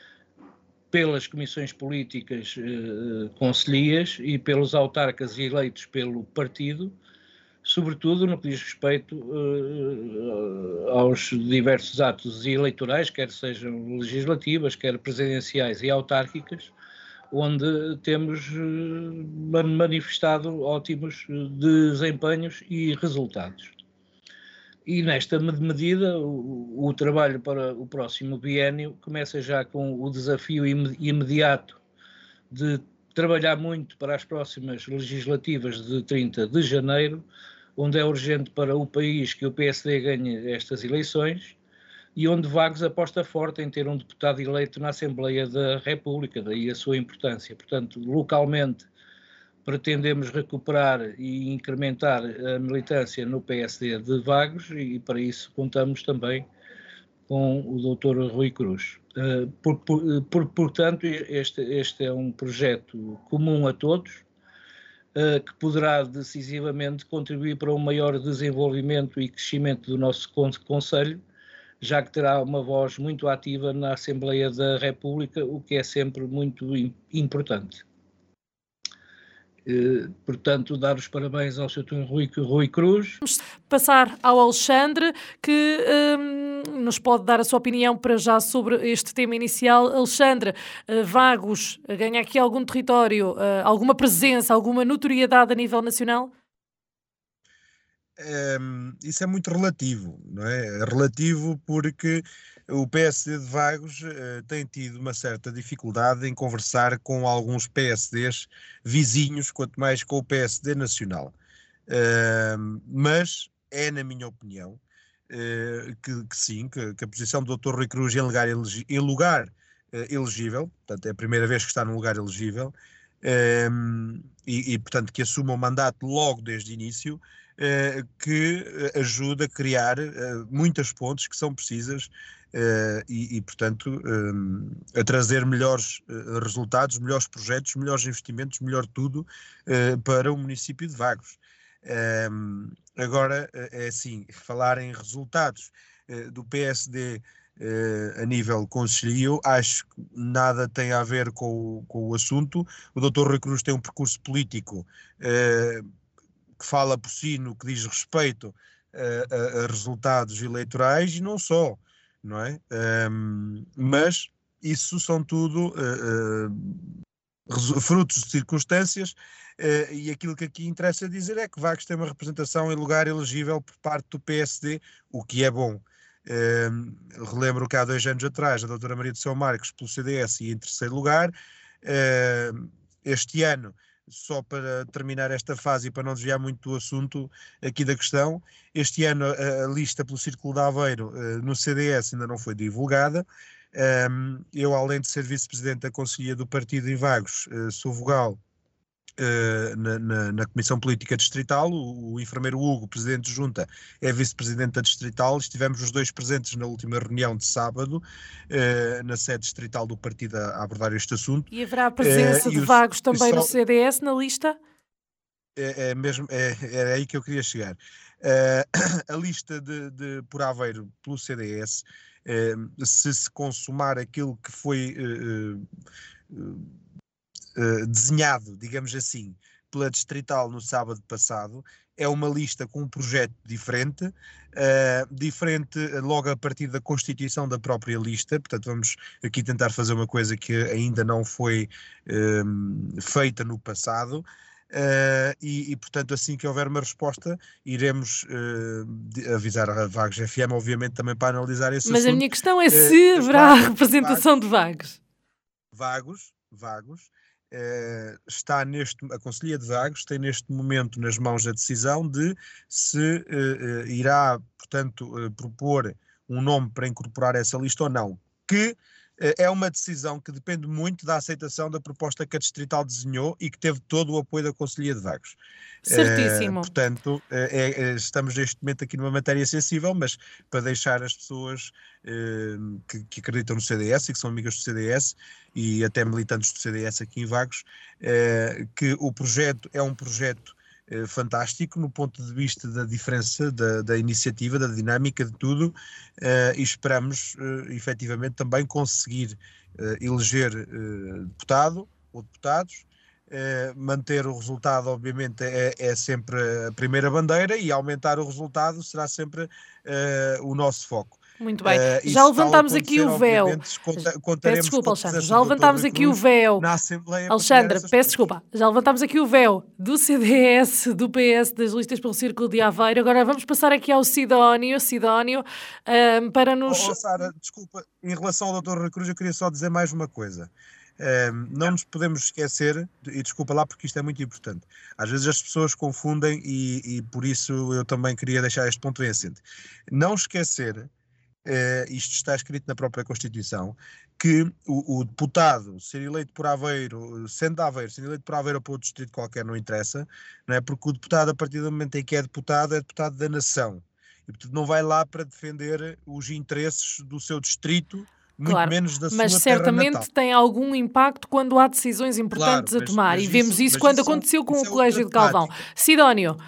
pelas comissões políticas eh, concelhias e pelos autarcas eleitos pelo partido, sobretudo no que diz respeito uh, aos diversos atos eleitorais, quer sejam legislativas, quer presidenciais e autárquicas, onde temos uh, manifestado ótimos desempenhos e resultados. E nesta medida, o, o trabalho para o próximo biénio começa já com o desafio im- imediato de trabalhar muito para as próximas legislativas de trinta de janeiro, onde é urgente para o país que o P S D ganhe estas eleições, e onde Vagos aposta forte em ter um deputado eleito na Assembleia da República, daí a sua importância. Portanto, localmente, pretendemos recuperar e incrementar a militância no P S D de Vagos, e para isso contamos também com o doutor Rui Cruz. Por, por, por, portanto, este, este é um projeto comum a todos. uh, que poderá decisivamente contribuir para um maior desenvolvimento e crescimento do nosso Conselho, já que terá uma voz muito ativa na Assembleia da República, o que é sempre muito importante. Uh, portanto, dar os parabéns ao senhor Rui, Rui Cruz. Vamos passar ao Alexandre, que um, nos pode dar a sua opinião para já sobre este tema inicial. Alexandre, uh, Vagos ganha aqui algum território, uh, alguma presença, alguma notoriedade a nível nacional? Um, isso é muito relativo, não é? É relativo porque o P S D de Vagos uh, tem tido uma certa dificuldade em conversar com alguns P S Ds vizinhos, quanto mais com o P S D nacional. Uh, mas é, na minha opinião, uh, que, que sim, que, que a posição do doutor Rui Cruz em lugar, elegi em lugar uh, elegível, portanto é a primeira vez que está num lugar elegível, um, e, e portanto que assuma o mandato logo desde o início, Uh, que ajuda a criar uh, muitas pontes que são precisas uh, e, e, portanto, um, a trazer melhores uh, resultados, melhores projetos, melhores investimentos, melhor tudo uh, para o município de Vagos. Um, agora, uh, é assim, falar em resultados uh, do P S D uh, a nível concelhio, acho que nada tem a ver com, com o assunto. O doutor Rui Cruz tem um percurso político uh, que fala por si no que diz respeito a, a, a resultados eleitorais e não só, não é? Um, mas isso são tudo uh, uh, frutos de circunstâncias uh, e aquilo que aqui interessa dizer é que Vagos tem uma representação em lugar elegível por parte do P S D, o que é bom. Uh, relembro que há dois anos atrás a doutora Maria de São Marcos pelo C D S ia em terceiro lugar. Uh, este ano, só para terminar esta fase e para não desviar muito do assunto aqui da questão, este ano a, a lista pelo Círculo de Aveiro uh, no C D S ainda não foi divulgada. Um, eu, além de ser vice-presidente da Conselhia do Partido em Vagos, uh, sou vogal Uh, na, na, na Comissão Política Distrital. O, o enfermeiro Hugo, presidente de junta, é vice-presidente da Distrital. Estivemos os dois presentes na última reunião de sábado, uh, na sede distrital do partido, a, a abordar este assunto. E haverá a presença uh, de os, Vagos também só, no C D S, na lista? É, é mesmo, é, era aí que eu queria chegar. Uh, a lista de, de, por Aveiro pelo C D S, uh, se se consumar aquilo que foi uh, uh, Uh, desenhado, digamos assim, pela Distrital no sábado passado, é uma lista com um projeto diferente, uh, diferente logo a partir da constituição da própria lista. Portanto, vamos aqui tentar fazer uma coisa que ainda não foi uh, feita no passado. Uh, e, e, portanto, assim que houver uma resposta, iremos uh, avisar a Vagos F M, obviamente, também para analisar esse Mas assunto. A minha questão é se uh, haverá vagos, representação de Vagos. Vagos, Vagos. Uh, está neste, a Conselhia de Vagos tem neste momento nas mãos a decisão de se uh, uh, irá, portanto, uh, propor um nome para incorporar essa lista ou não, que uh, é uma decisão que depende muito da aceitação da proposta que a Distrital desenhou e que teve todo o apoio da Conselhia de Vagos. Certíssimo. Uh, portanto, uh, é, é, estamos neste momento aqui numa matéria sensível, mas para deixar as pessoas uh, que, que acreditam no C D S e que são amigas do C D S e até militantes do C D S aqui em Vagos, uh, que o projeto é um projeto uh, fantástico no ponto de vista da diferença, da, da iniciativa, da dinâmica de tudo, uh, e esperamos uh, efetivamente também conseguir uh, eleger uh, deputado ou deputados. Uh, manter o resultado, obviamente, é, é sempre a primeira bandeira e aumentar o resultado será sempre uh, o nosso foco. Muito bem. Uh, já levantámos aqui o véu. Conta, peço desculpa, Alexandre. Já levantámos aqui o véu. Na Assembleia. Alexandre, peço desculpa. Já levantámos aqui o véu do C D S, do P S, das listas pelo Círculo de Aveiro. Agora vamos passar aqui ao Sidónio, Sidónio, um, para nos... Oh, oh, Sara, desculpa. Em relação ao doutor Rui Cruz, eu queria só dizer mais uma coisa. Um, não nos podemos esquecer, e desculpa lá porque isto é muito importante, às vezes as pessoas confundem e, e por isso eu também queria deixar este ponto bem assente. Não esquecer, uh, isto está escrito na própria Constituição, que o, o deputado ser eleito por Aveiro, sendo de Aveiro, ser eleito por Aveiro ou por outro distrito qualquer, não interessa, não é? Porque o deputado, a partir do momento em que é deputado, é deputado da nação e portanto não vai lá para defender os interesses do seu distrito muito Claro, menos da mas sua terra certamente natal. tem algum impacto quando há decisões Claro, importantes a mas, tomar, mas e vemos isso, isso mas quando isso, são- aconteceu com isso o é Colégio outra de Calvão. temática. Sidónio,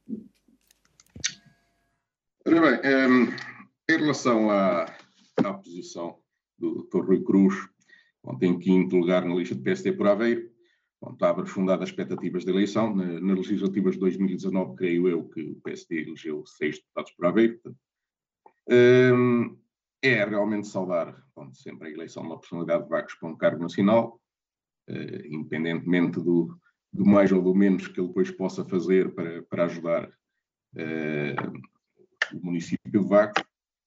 Ora bem, em, em relação à, à posição do doutor Rui Cruz, onde tem quinto lugar na lista do P S D por Aveiro, onde está aprofundadas expectativas da eleição. Na, nas legislativas de dois mil e dezanove, creio eu que o P S D elegeu seis deputados por Aveiro. Portanto, hum, é realmente saudar, bom, sempre a eleição de uma personalidade de Vagos para um cargo nacional, uh, independentemente do, do mais ou do menos que ele depois possa fazer para, para ajudar uh, o município de Vagos.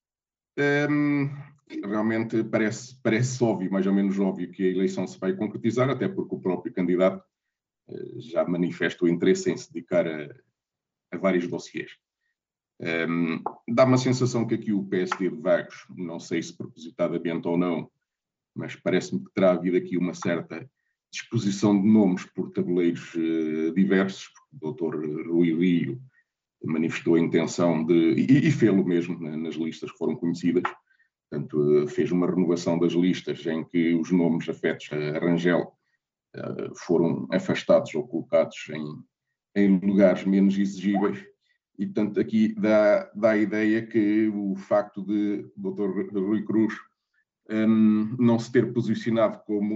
Um, realmente parece, parece óbvio, mais ou menos óbvio, que a eleição se vai concretizar, até porque o próprio candidato uh, já manifesta o interesse em se dedicar a, a vários dossiês. Um, dá uma sensação que aqui o P S D de Vagos, não sei se propositadamente ou não, mas parece-me que terá havido aqui uma certa disposição de nomes por tabuleiros uh, diversos. O doutor Rui Rio manifestou a intenção de, e, e fê-lo mesmo né, nas listas que foram conhecidas, portanto uh, fez uma renovação das listas em que os nomes afetos a Rangel uh, foram afastados ou colocados em, em lugares menos exigíveis. E, portanto, aqui dá, dá a ideia que o facto de o doutor Rui Cruz um, não se ter posicionado como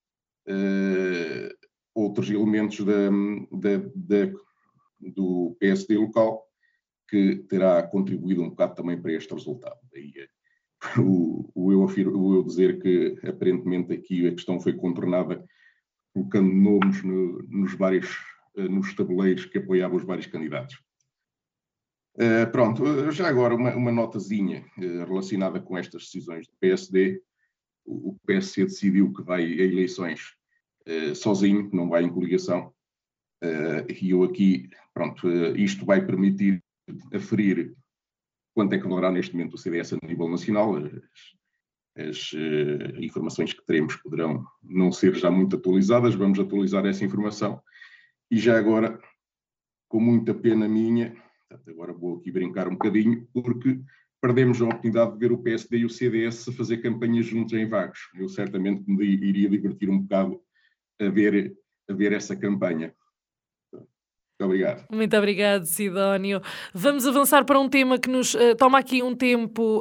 uh, outros elementos da, da, da, do P S D local, que terá contribuído um bocado também para este resultado. Daí o, o, eu, afirmo, o eu dizer que, aparentemente, aqui a questão foi contornada colocando nomes no, nos vários uh, nos tabuleiros que apoiavam os vários candidatos. Uh, pronto, já agora uma, uma notazinha uh, relacionada com estas decisões do P S D. O, o P S C decidiu que vai a eleições uh, sozinho, não vai em coligação. Uh, e eu aqui, pronto, uh, isto vai permitir aferir quanto é que valerá neste momento o C D S a nível nacional. As, as uh, informações que teremos poderão não ser já muito atualizadas, vamos atualizar essa informação. E já agora, com muita pena minha, portanto, agora vou aqui brincar um bocadinho, porque perdemos a oportunidade de ver o P S D e o C D S a fazer campanhas juntos em Vagos. Eu certamente me iria divertir um bocado a ver, a ver essa campanha. Muito obrigado. Muito obrigado, Sidónio. Vamos avançar para um tema que nos uh, toma aqui um tempo,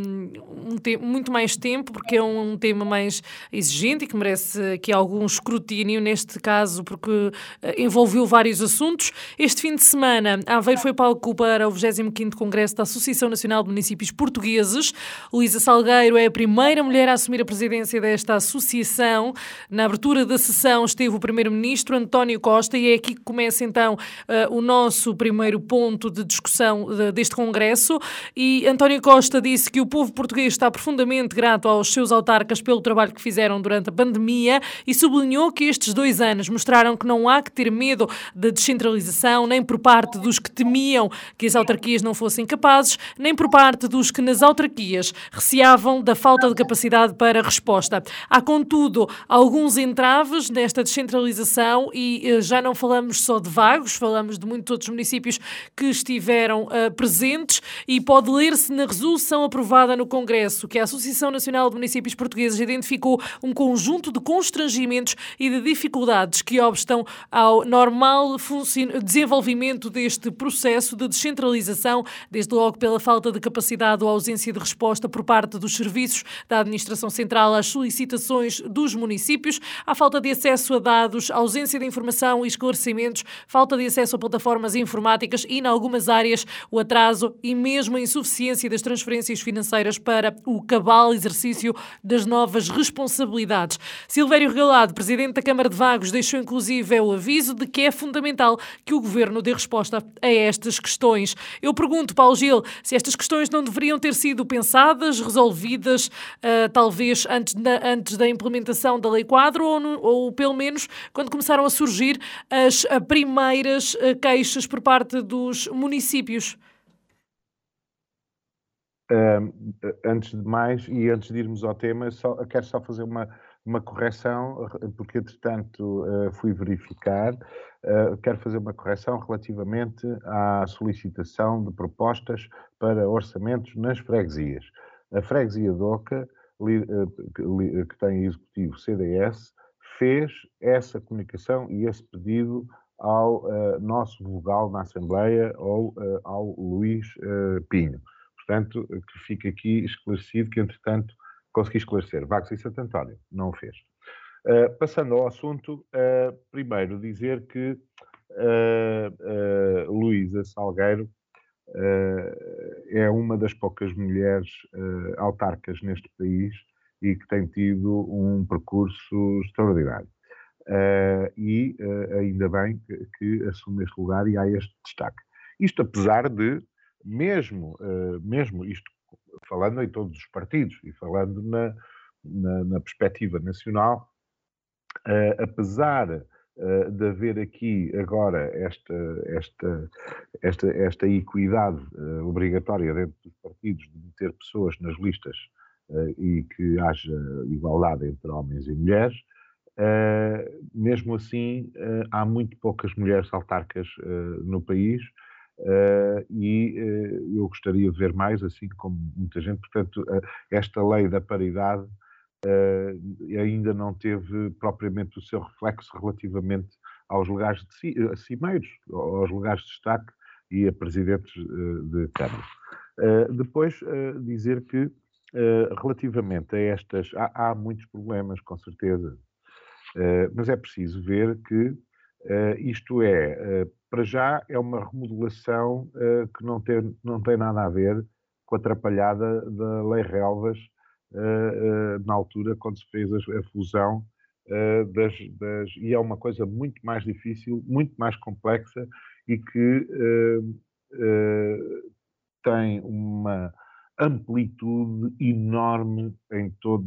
um, um te- muito mais tempo, porque é um, um tema mais exigente e que merece aqui algum escrutínio, neste caso, porque uh, envolveu vários assuntos. Este fim de semana, Aveiro foi palco para o vigésimo quinto Congresso da Associação Nacional de Municípios Portugueses. Luísa Salgueiro é a primeira mulher a assumir a presidência desta associação. Na abertura da sessão esteve o primeiro-ministro António Costa e é aqui que começa então Uh, o nosso primeiro ponto de discussão de, deste Congresso. E António Costa disse que o povo português está profundamente grato aos seus autarcas pelo trabalho que fizeram durante a pandemia e sublinhou que estes dois anos mostraram que não há que ter medo da descentralização, nem por parte dos que temiam que as autarquias não fossem capazes, nem por parte dos que nas autarquias receavam da falta de capacidade para resposta. Há, contudo, alguns entraves nesta descentralização e uh, já não falamos só de Vagos, falamos de muitos outros municípios que estiveram uh, presentes e pode ler-se na resolução aprovada no Congresso que a Associação Nacional de Municípios Portugueses identificou um conjunto de constrangimentos e de dificuldades que obstam ao normal desenvolvimento deste processo de descentralização, desde logo pela falta de capacidade ou ausência de resposta por parte dos serviços da Administração Central às solicitações dos municípios, à falta de acesso a dados, ausência de informação e esclarecimentos, falta de acesso a plataformas informáticas e, em algumas áreas, o atraso e mesmo a insuficiência das transferências financeiras para o cabal exercício das novas responsabilidades. Silvério Regalado, presidente da Câmara de Vagos, deixou inclusive o aviso de que é fundamental que o Governo dê resposta a estas questões. Eu pergunto, Paulo Gil, se estas questões não deveriam ter sido pensadas, resolvidas, uh, talvez antes da, antes da implementação da Lei Quadro ou, no, ou pelo menos quando começaram a surgir as a primeiras uh, queixas por parte dos municípios. Uh, antes de mais, e antes de irmos ao tema, só, quero só fazer uma, uma correção, porque, entretanto, uh, fui verificar. Uh, quero fazer uma correção relativamente à solicitação de propostas para orçamentos nas freguesias. A freguesia de Oca que tem executivo C D S, fez essa comunicação e esse pedido ao uh, nosso vogal na Assembleia, ou uh, ao Luís uh, Pinho. Portanto, que fica aqui esclarecido que, entretanto, consegui esclarecer. Vagos e Santo António não o fez. Uh, passando ao assunto, uh, primeiro dizer que uh, uh, Luísa Salgueiro uh, é uma das poucas mulheres uh, autarcas neste país e que tem tido um percurso extraordinário. Uh, e uh, ainda bem que, que assume este lugar e há este destaque. Isto apesar de, mesmo, uh, mesmo isto falando em todos os partidos e falando na, na, na perspectiva nacional, uh, apesar uh, de haver aqui agora esta, esta, esta, esta equidade uh, obrigatória dentro dos partidos de meter pessoas nas listas uh, e que haja igualdade entre homens e mulheres, Uh, mesmo assim, uh, há muito poucas mulheres autarcas uh, no país uh, e uh, eu gostaria de ver mais, assim como muita gente. Portanto, uh, esta lei da paridade uh, ainda não teve propriamente o seu reflexo relativamente aos lugares de ci, a cimeiros, aos lugares de destaque e a presidentes uh, de Câmara. Uh, depois, uh, dizer que uh, relativamente a estas, há, há muitos problemas, com certeza. Uh, mas é preciso ver que uh, isto é, uh, para já, é uma remodelação uh, que não tem, não tem nada a ver com a atrapalhada da Lei Relvas uh, uh, na altura, quando se fez a, a fusão uh, das, das... E é uma coisa muito mais difícil, muito mais complexa e que uh, uh, tem uma amplitude enorme em todas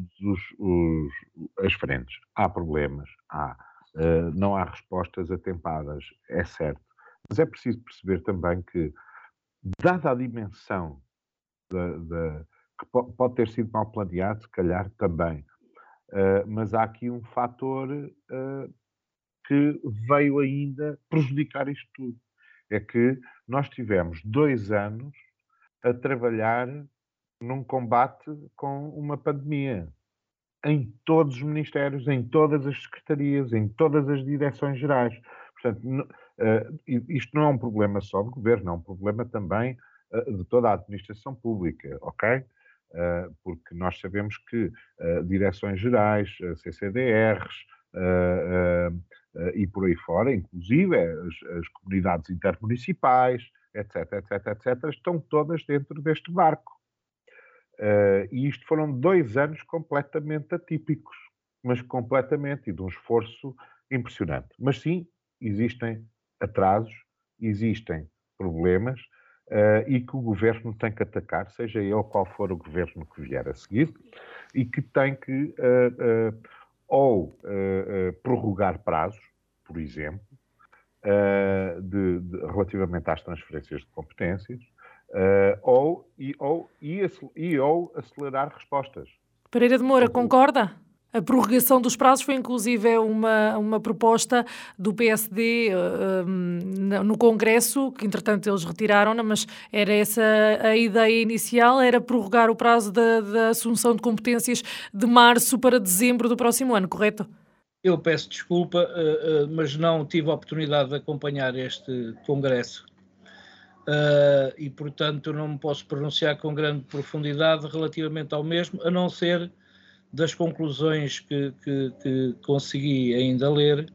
as frentes. Há problemas, há, uh, não há respostas atempadas, é certo. Mas é preciso perceber também que, dada a dimensão da, da, que po pode ter sido mal planeado, se calhar também, uh, mas há aqui um fator uh, que veio ainda prejudicar isto tudo. É que nós tivemos dois anos a trabalhar num combate com uma pandemia, em todos os ministérios, em todas as secretarias, em todas as direções gerais. Portanto, uh, isto não é um problema só do governo, é um problema também uh, de toda a administração pública, ok? Uh, porque nós sabemos que uh, direções gerais, uh, C C D Rs uh, uh, uh, e por aí fora, inclusive as, as comunidades intermunicipais, etc, etc, etc, estão todas dentro deste barco. Uh, e isto foram dois anos completamente atípicos, mas completamente, e de um esforço impressionante. Mas sim, existem atrasos, existem problemas, uh, e que o governo tem que atacar, seja ele qual for o governo que vier a seguir, e que tem que uh, uh, ou uh, uh, prorrogar prazos, por exemplo, uh, de, de, relativamente às transferências de competências, Uh, ou, e, ou, e, e ou acelerar respostas. Pereira de Moura, concorda? A prorrogação dos prazos foi inclusive uma, uma proposta do P S D uh, um, no Congresso, que entretanto eles retiraram-na, mas era essa a ideia inicial, era prorrogar o prazo da, da assunção de competências de março para dezembro do próximo ano, correto? Eu peço desculpa, uh, uh, mas não tive a oportunidade de acompanhar este Congresso. Uh, e, portanto, não me posso pronunciar com grande profundidade relativamente ao mesmo, a não ser das conclusões que, que, que consegui ainda ler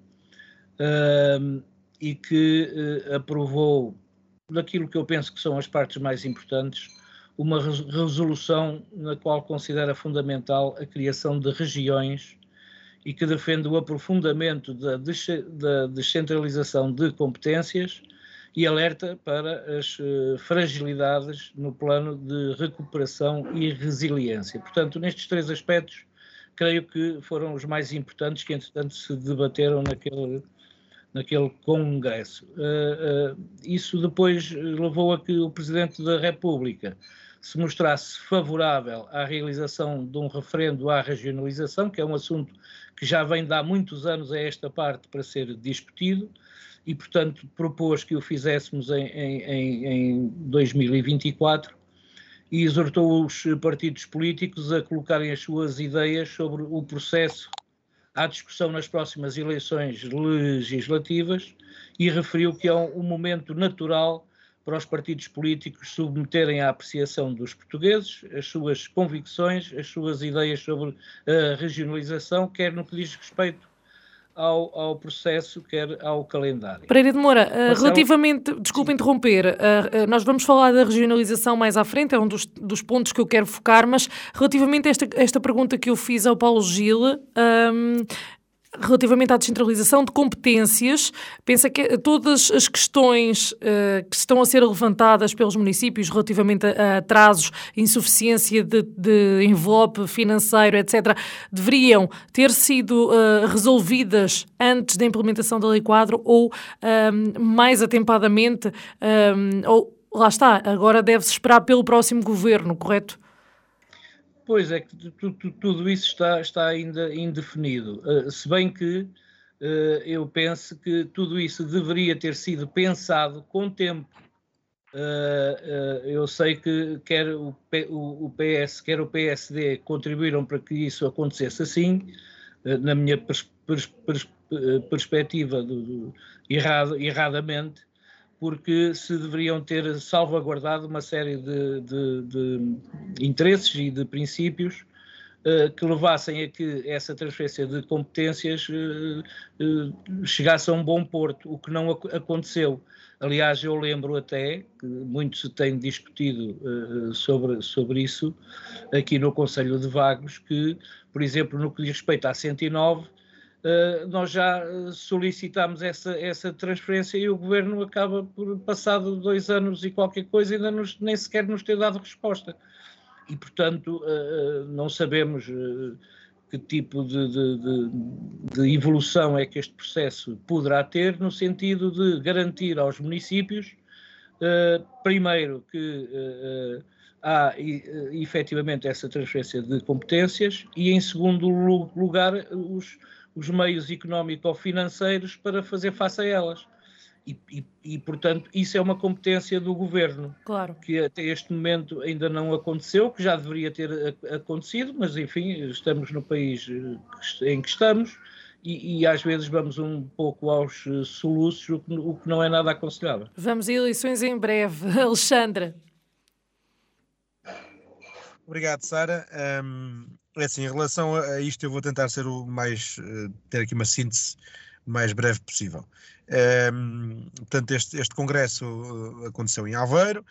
uh, e que uh, aprovou, daquilo que eu penso que são as partes mais importantes, uma resolução na qual considera fundamental a criação de regiões e que defende o aprofundamento da, da descentralização de competências e alerta para as uh, fragilidades no plano de recuperação e resiliência. Portanto, nestes três aspectos, creio que foram os mais importantes que, entretanto, se debateram naquele, naquele Congresso. Uh, uh, isso depois levou a que o Presidente da República se mostrasse favorável à realização de um referendo à regionalização, que é um assunto que já vem de há muitos anos a esta parte para ser discutido, e, portanto, propôs que o fizéssemos em, em, em dois mil e vinte e quatro, e exortou os partidos políticos a colocarem as suas ideias sobre o processo à discussão nas próximas eleições legislativas e referiu que é um, um momento natural para os partidos políticos submeterem à apreciação dos portugueses as suas convicções, as suas ideias sobre a regionalização, quer no que diz respeito Ao, ao processo, quer ao calendário. Pereira de Moura, uh, relativamente, desculpe Sim. interromper, uh, uh, nós vamos falar da regionalização mais à frente, é um dos, dos pontos que eu quero focar, mas relativamente a esta, esta pergunta que eu fiz ao Paulo Gil, um, relativamente à descentralização de competências, pensa que todas as questões uh, que estão a ser levantadas pelos municípios relativamente a, a atrasos, insuficiência de, de envelope financeiro, etcétera, deveriam ter sido uh, resolvidas antes da implementação da Lei Quadro ou um, mais atempadamente, um, ou lá está, agora deve-se esperar pelo próximo governo, correto? Pois é, que tu, tu, tudo isso está, está ainda indefinido, uh, se bem que uh, eu penso que tudo isso deveria ter sido pensado com tempo. Uh, uh, eu sei que quer o, P, o, o P S, quer o P S D contribuíram para que isso acontecesse assim, uh, na minha pers, pers, pers, perspectiva do, do, errado, erradamente, porque se deveriam ter salvaguardado uma série de, de, de interesses e de princípios uh, que levassem a que essa transferência de competências uh, uh, chegasse a um bom porto, o que não ac- aconteceu. Aliás, eu lembro até que muito se tem discutido uh, sobre, sobre isso aqui no Conselho de Vagos, que, por exemplo, no que diz respeito à cento e nove, Uh, nós já solicitámos essa, essa transferência e o Governo acaba por, passado dois anos e qualquer coisa, ainda nos, nem sequer nos ter dado resposta. E, portanto, uh, não sabemos uh, que tipo de, de, de, de evolução é que este processo poderá ter, no sentido de garantir aos municípios, uh, primeiro, que uh, há e, efetivamente essa transferência de competências e, em segundo lugar, os os meios económico-financeiros para fazer face a elas. E, e, e, portanto, isso é uma competência do Governo, claro, que até este momento ainda não aconteceu, que já deveria ter acontecido, mas, enfim, estamos no país em que estamos e, e às vezes vamos um pouco aos soluços, o que, o que não é nada aconselhável. Vamos a eleições em breve. Alexandre. Obrigado, Sara. Um, é assim, em relação a isto, eu vou tentar ser o mais, uh, ter aqui uma síntese o mais breve possível. Um, portanto, este, este congresso uh, aconteceu em Aveiro,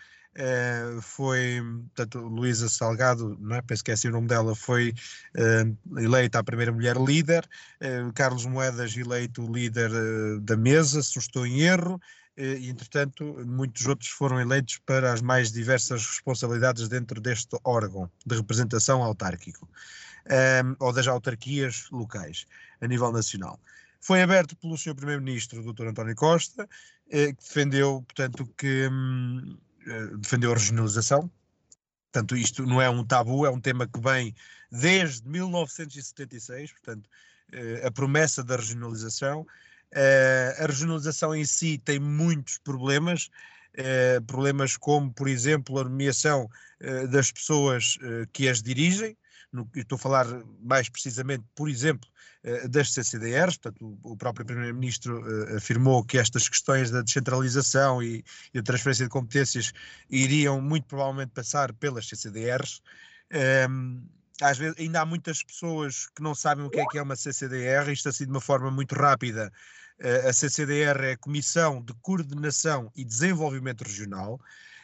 uh, foi, portanto, Luísa Salgado, não é? Penso que é assim o nome dela, foi uh, eleita a primeira mulher líder, uh, Carlos Moedas eleito líder uh, da mesa, se não estou em erro, e, entretanto, muitos outros foram eleitos para as mais diversas responsabilidades dentro deste órgão de representação autárquico, um, ou das autarquias locais, a nível nacional. Foi aberto pelo senhor Primeiro-Ministro, doutor António Costa, eh, que defendeu, portanto, que hum, defendeu a regionalização. Portanto, isto não é um tabu, é um tema que vem desde mil novecentos e setenta e seis, portanto, eh, a promessa da regionalização. Uh, a regionalização em si tem muitos problemas, uh, problemas como, por exemplo, a nomeação uh, das pessoas uh, que as dirigem. No, estou a falar mais precisamente, por exemplo, uh, das C C D Rs, portanto, o, o próprio Primeiro-Ministro uh, afirmou que estas questões da descentralização e, e da transferência de competências iriam muito provavelmente passar pelas C C D Rs. Um, Às vezes, ainda há muitas pessoas que não sabem o que é que é uma C C D R, isto assim de uma forma muito rápida. A C C D R é a Comissão de Coordenação e Desenvolvimento Regional.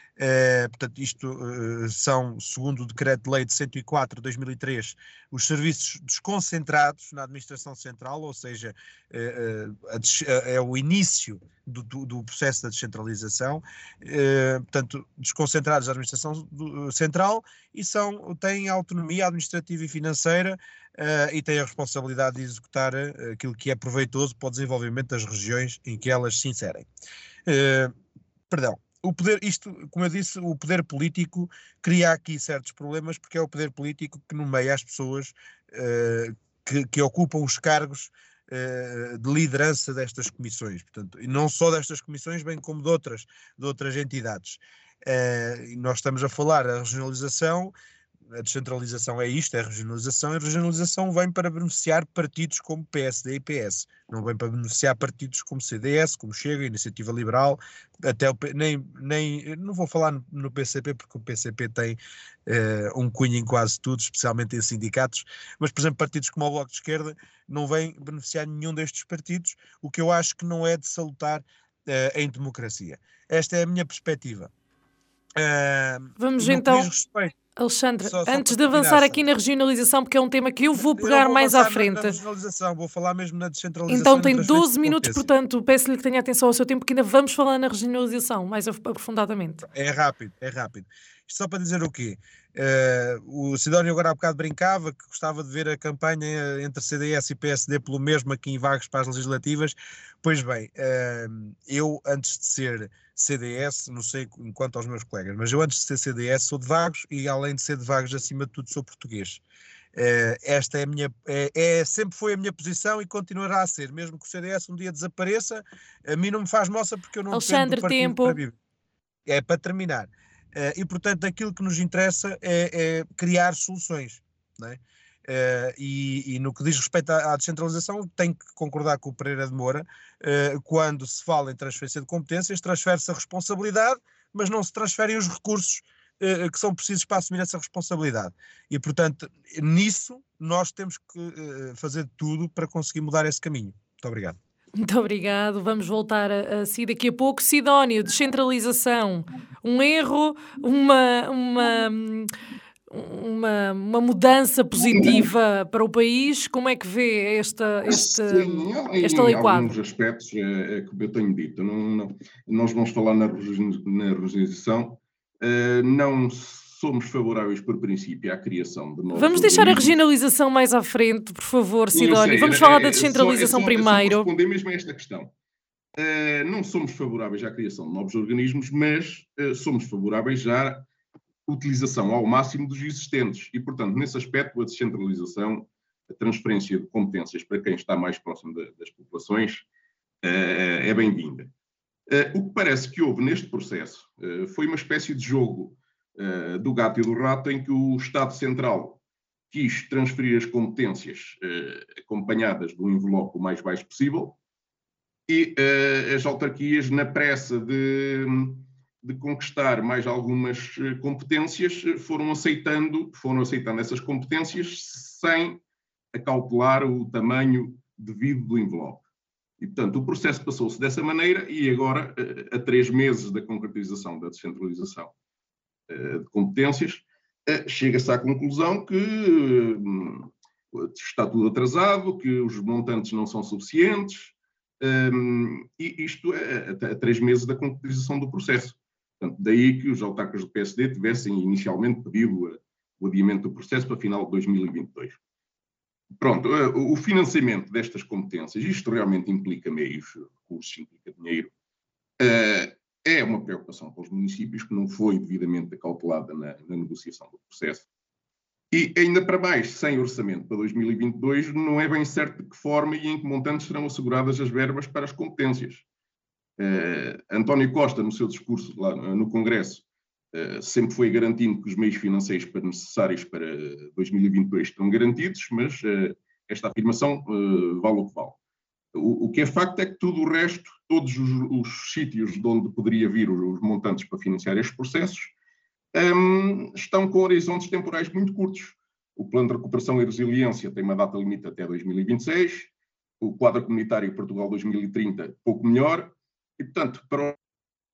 Uh, portanto, isto uh, são, segundo o Decreto-Lei de cento e quatro de dois mil e três, os serviços desconcentrados na administração central, ou seja, uh, uh, a, é o início do, do, do processo da descentralização, uh, portanto, desconcentrados da administração do, central e são, têm autonomia administrativa e financeira uh, e têm a responsabilidade de executar uh, aquilo que é proveitoso para o desenvolvimento das regiões em que elas se inserem. Uh, perdão. O poder, isto, como eu disse, o poder político cria aqui certos problemas, porque é o poder político que nomeia as pessoas uh, que, que ocupam os cargos uh, de liderança destas comissões, portanto, e não só destas comissões, bem como de outras, de outras entidades. Uh, nós estamos a falar da regionalização. A descentralização é isto, é a regionalização, e a regionalização vem para beneficiar partidos como P S D e P S, não vem para beneficiar partidos como C D S, como Chega, Iniciativa Liberal, até o P, nem, nem, não vou falar no, no P C P, porque o P C P tem uh, um cunho em quase tudo, especialmente em sindicatos, mas, por exemplo, partidos como o Bloco de Esquerda não vêm beneficiar nenhum destes partidos, o que eu acho que não é de salutar uh, em democracia. Esta é a minha perspectiva. Uh, Vamos então... Alexandre, só, só antes de avançar aqui na regionalização, porque é um tema que eu vou pegar eu vou mais à frente. Na, na regionalização, vou falar mesmo na descentralização. Então tem doze minutos, portanto, peço-lhe que tenha atenção ao seu tempo, porque ainda vamos falar na regionalização mais aprofundadamente. É rápido, é rápido. Isto só para dizer o quê? Uh, o Sidónio agora há bocado brincava que gostava de ver a campanha entre C D S e P S D pelo mesmo aqui em Vagos para as legislativas. Pois bem, uh, eu antes de ser C D S, não sei quanto aos meus colegas, mas eu antes de ser C D S sou de Vagos e além de ser de Vagos, acima de tudo sou português. Uh, esta é a minha, é, é, sempre foi a minha posição e continuará a ser, mesmo que o C D S um dia desapareça, a mim não me faz moça porque eu não Alexandre, dependo do partido tempo. Para viver. É para terminar. Uh, e, portanto, aquilo que nos interessa é, é criar soluções, não é? Uh, e, e no que diz respeito à, à descentralização, tenho que concordar com o Pereira de Moura, uh, quando se fala em transferência de competências, transfere-se a responsabilidade, mas não se transferem os recursos uh, que são precisos para assumir essa responsabilidade. E, portanto, nisso nós temos que uh, fazer de tudo para conseguir mudar esse caminho. Muito obrigado. Muito obrigado. Vamos voltar a, a si daqui a pouco. Sidónio, descentralização, um erro, uma, uma, uma, uma mudança positiva para o país? Como é que vê esta, esta, Sim, esta em lei quadro? alguns aspectos é, é que eu tenho dito. Não, não, nós vamos falar na, na regionalização. Uh, não somos favoráveis por princípio à criação de novos Vamos deixar a organismos. regionalização mais à frente, por favor, Sim, eu Sidónio. sei, Vamos é, falar é, da descentralização é só, é só, primeiro. É só responder mesmo a esta questão. Uh, não somos favoráveis à criação de novos organismos, mas uh, somos favoráveis à utilização ao máximo dos existentes. E, portanto, nesse aspecto, a descentralização, a transferência de competências para quem está mais próximo de, das populações uh, é bem-vinda. Uh, o que parece que houve neste processo uh, foi uma espécie de jogo uh, do gato e do rato, em que o Estado Central quis transferir as competências uh, acompanhadas do envelope o mais baixo possível e uh, as autarquias, na pressa de, de conquistar mais algumas uh, competências, foram aceitando, foram aceitando essas competências sem acautelar o tamanho devido do envelope. E, portanto, o processo passou-se dessa maneira e agora, a três meses da concretização da descentralização de competências, chega-se à conclusão que está tudo atrasado, que os montantes não são suficientes, e isto é a três meses da concretização do processo. Portanto, daí que os autarcas do P S D tivessem inicialmente pedido o adiamento do processo para final de dois mil e vinte e dois. Pronto, o financiamento destas competências, isto realmente implica meios, recursos, implica dinheiro, é uma preocupação para os municípios que não foi devidamente acautelada na, na negociação do processo. E ainda para mais, sem orçamento para dois mil e vinte e dois, não é bem certo de que forma e em que montantes serão asseguradas as verbas para as competências. António Costa, no seu discurso lá no Congresso, Uh, sempre foi garantindo que os meios financeiros necessários para dois mil e vinte e dois estão garantidos, mas uh, esta afirmação uh, vale o que vale. O, o que é facto é que tudo o resto, todos os, os sítios de onde poderia vir os, os montantes para financiar estes processos, um, estão com horizontes temporais muito curtos. O Plano de Recuperação e Resiliência tem uma data limite até dois mil e vinte e seis, o Quadro Comunitário Portugal dois mil e trinta pouco melhor, e portanto, para o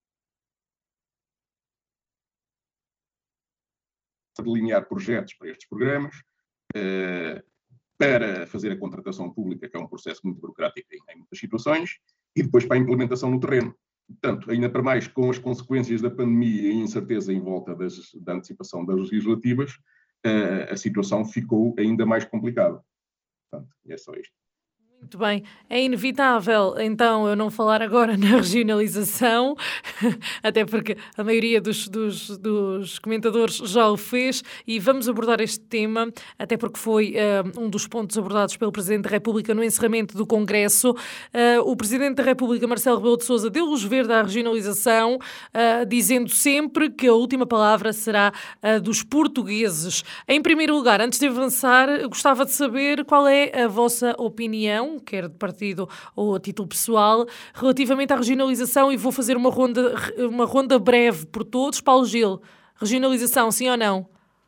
delinear projetos para estes programas, uh, para fazer a contratação pública, que é um processo muito burocrático em, em muitas situações, e depois para a implementação no terreno. Portanto, ainda para mais com as consequências da pandemia e a incerteza em volta das, da antecipação das legislativas, uh, a situação ficou ainda mais complicada. Portanto, é só isto. Muito bem, é inevitável então eu não falar agora na regionalização, até porque a maioria dos, dos, dos comentadores já o fez, e vamos abordar este tema, até porque foi uh, um dos pontos abordados pelo Presidente da República no encerramento do Congresso. Uh, o Presidente da República, Marcelo Rebelo de Sousa, deu luz verde à regionalização, uh, dizendo sempre que a última palavra será a dos portugueses. Em primeiro lugar, antes de avançar, gostava de saber qual é a vossa opinião, quer de partido ou a título pessoal, relativamente à regionalização, e vou fazer uma ronda, uma ronda breve por todos. Paulo Gil, regionalização, sim ou não?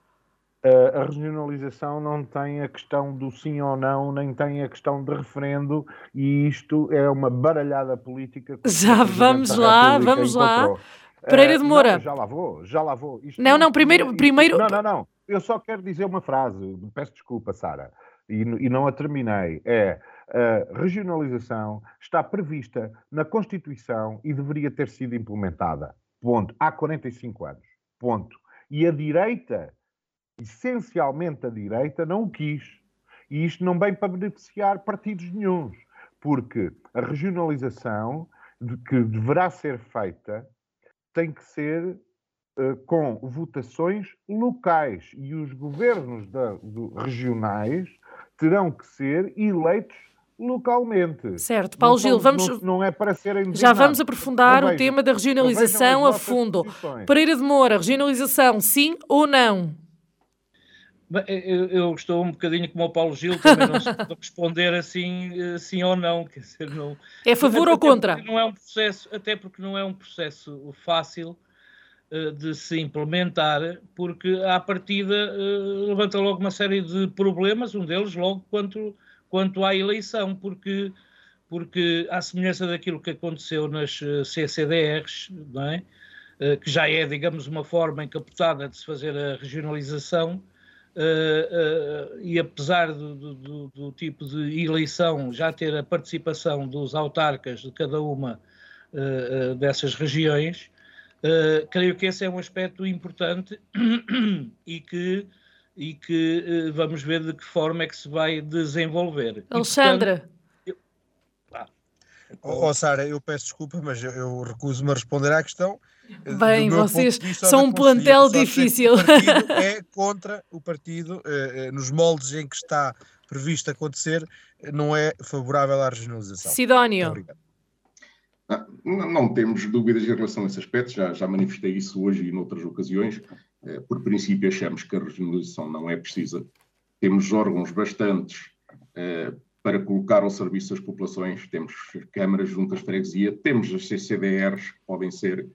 Uh, a regionalização não tem a questão do sim ou não, nem tem a questão de referendo, e isto é uma baralhada política. Já vamos lá, vamos lá. Pereira de Moura. Uh, não, já lá vou, já lá vou. Isto não, não, primeiro... Isto, primeiro... Não, não, não. Eu só quero dizer uma frase. Peço desculpa, Sara, e, e não a terminei. É... A regionalização está prevista na Constituição e deveria ter sido implementada. Ponto. Há quarenta e cinco anos. Ponto. E a direita, essencialmente a direita, não o quis. E isto não vem para beneficiar partidos nenhuns. Porque a regionalização de que deverá ser feita tem que ser uh, com votações locais. E os governos da, do, regionais terão que ser eleitos localmente. Certo, Paulo Gil, vamos... Não, não é para serem designados. Já vamos aprofundar o tema da regionalização a fundo. Pereira de Moura, regionalização, sim ou não? Bem, eu, eu estou um bocadinho como o Paulo Gil, também não sei responder assim, sim ou não. Quer dizer, não... É a favor até ou contra? Não é um processo, até porque não é um processo fácil uh, de se implementar, porque à partida uh, levanta logo uma série de problemas, um deles logo quanto... quanto à eleição, porque, porque à semelhança daquilo que aconteceu nas C C D Rs, não é? Que já é, digamos, uma forma encapotada de se fazer a regionalização, uh, uh, e apesar do, do, do tipo de eleição já ter a participação dos autarcas de cada uma uh, uh, dessas regiões, uh, creio que esse é um aspecto importante e que e que uh, vamos ver de que forma é que se vai desenvolver. Alexandre. Eu... Ah. Oh, oh, Sara, eu peço desculpa, mas eu, eu recuso-me a responder à questão. Bem, vocês são um plantel difícil. O partido é contra o partido, uh, uh, nos moldes em que está previsto acontecer, não é favorável à regionalização. Sidónio. Muito obrigado. Não, não temos dúvidas em relação a esse aspecto, já, já manifestei isso hoje e noutras ocasiões. Por princípio, achamos que a regionalização não é precisa. Temos órgãos bastantes eh, para colocar ao serviço das populações, temos câmaras, juntas de freguesia, temos as C C D Rs que podem ser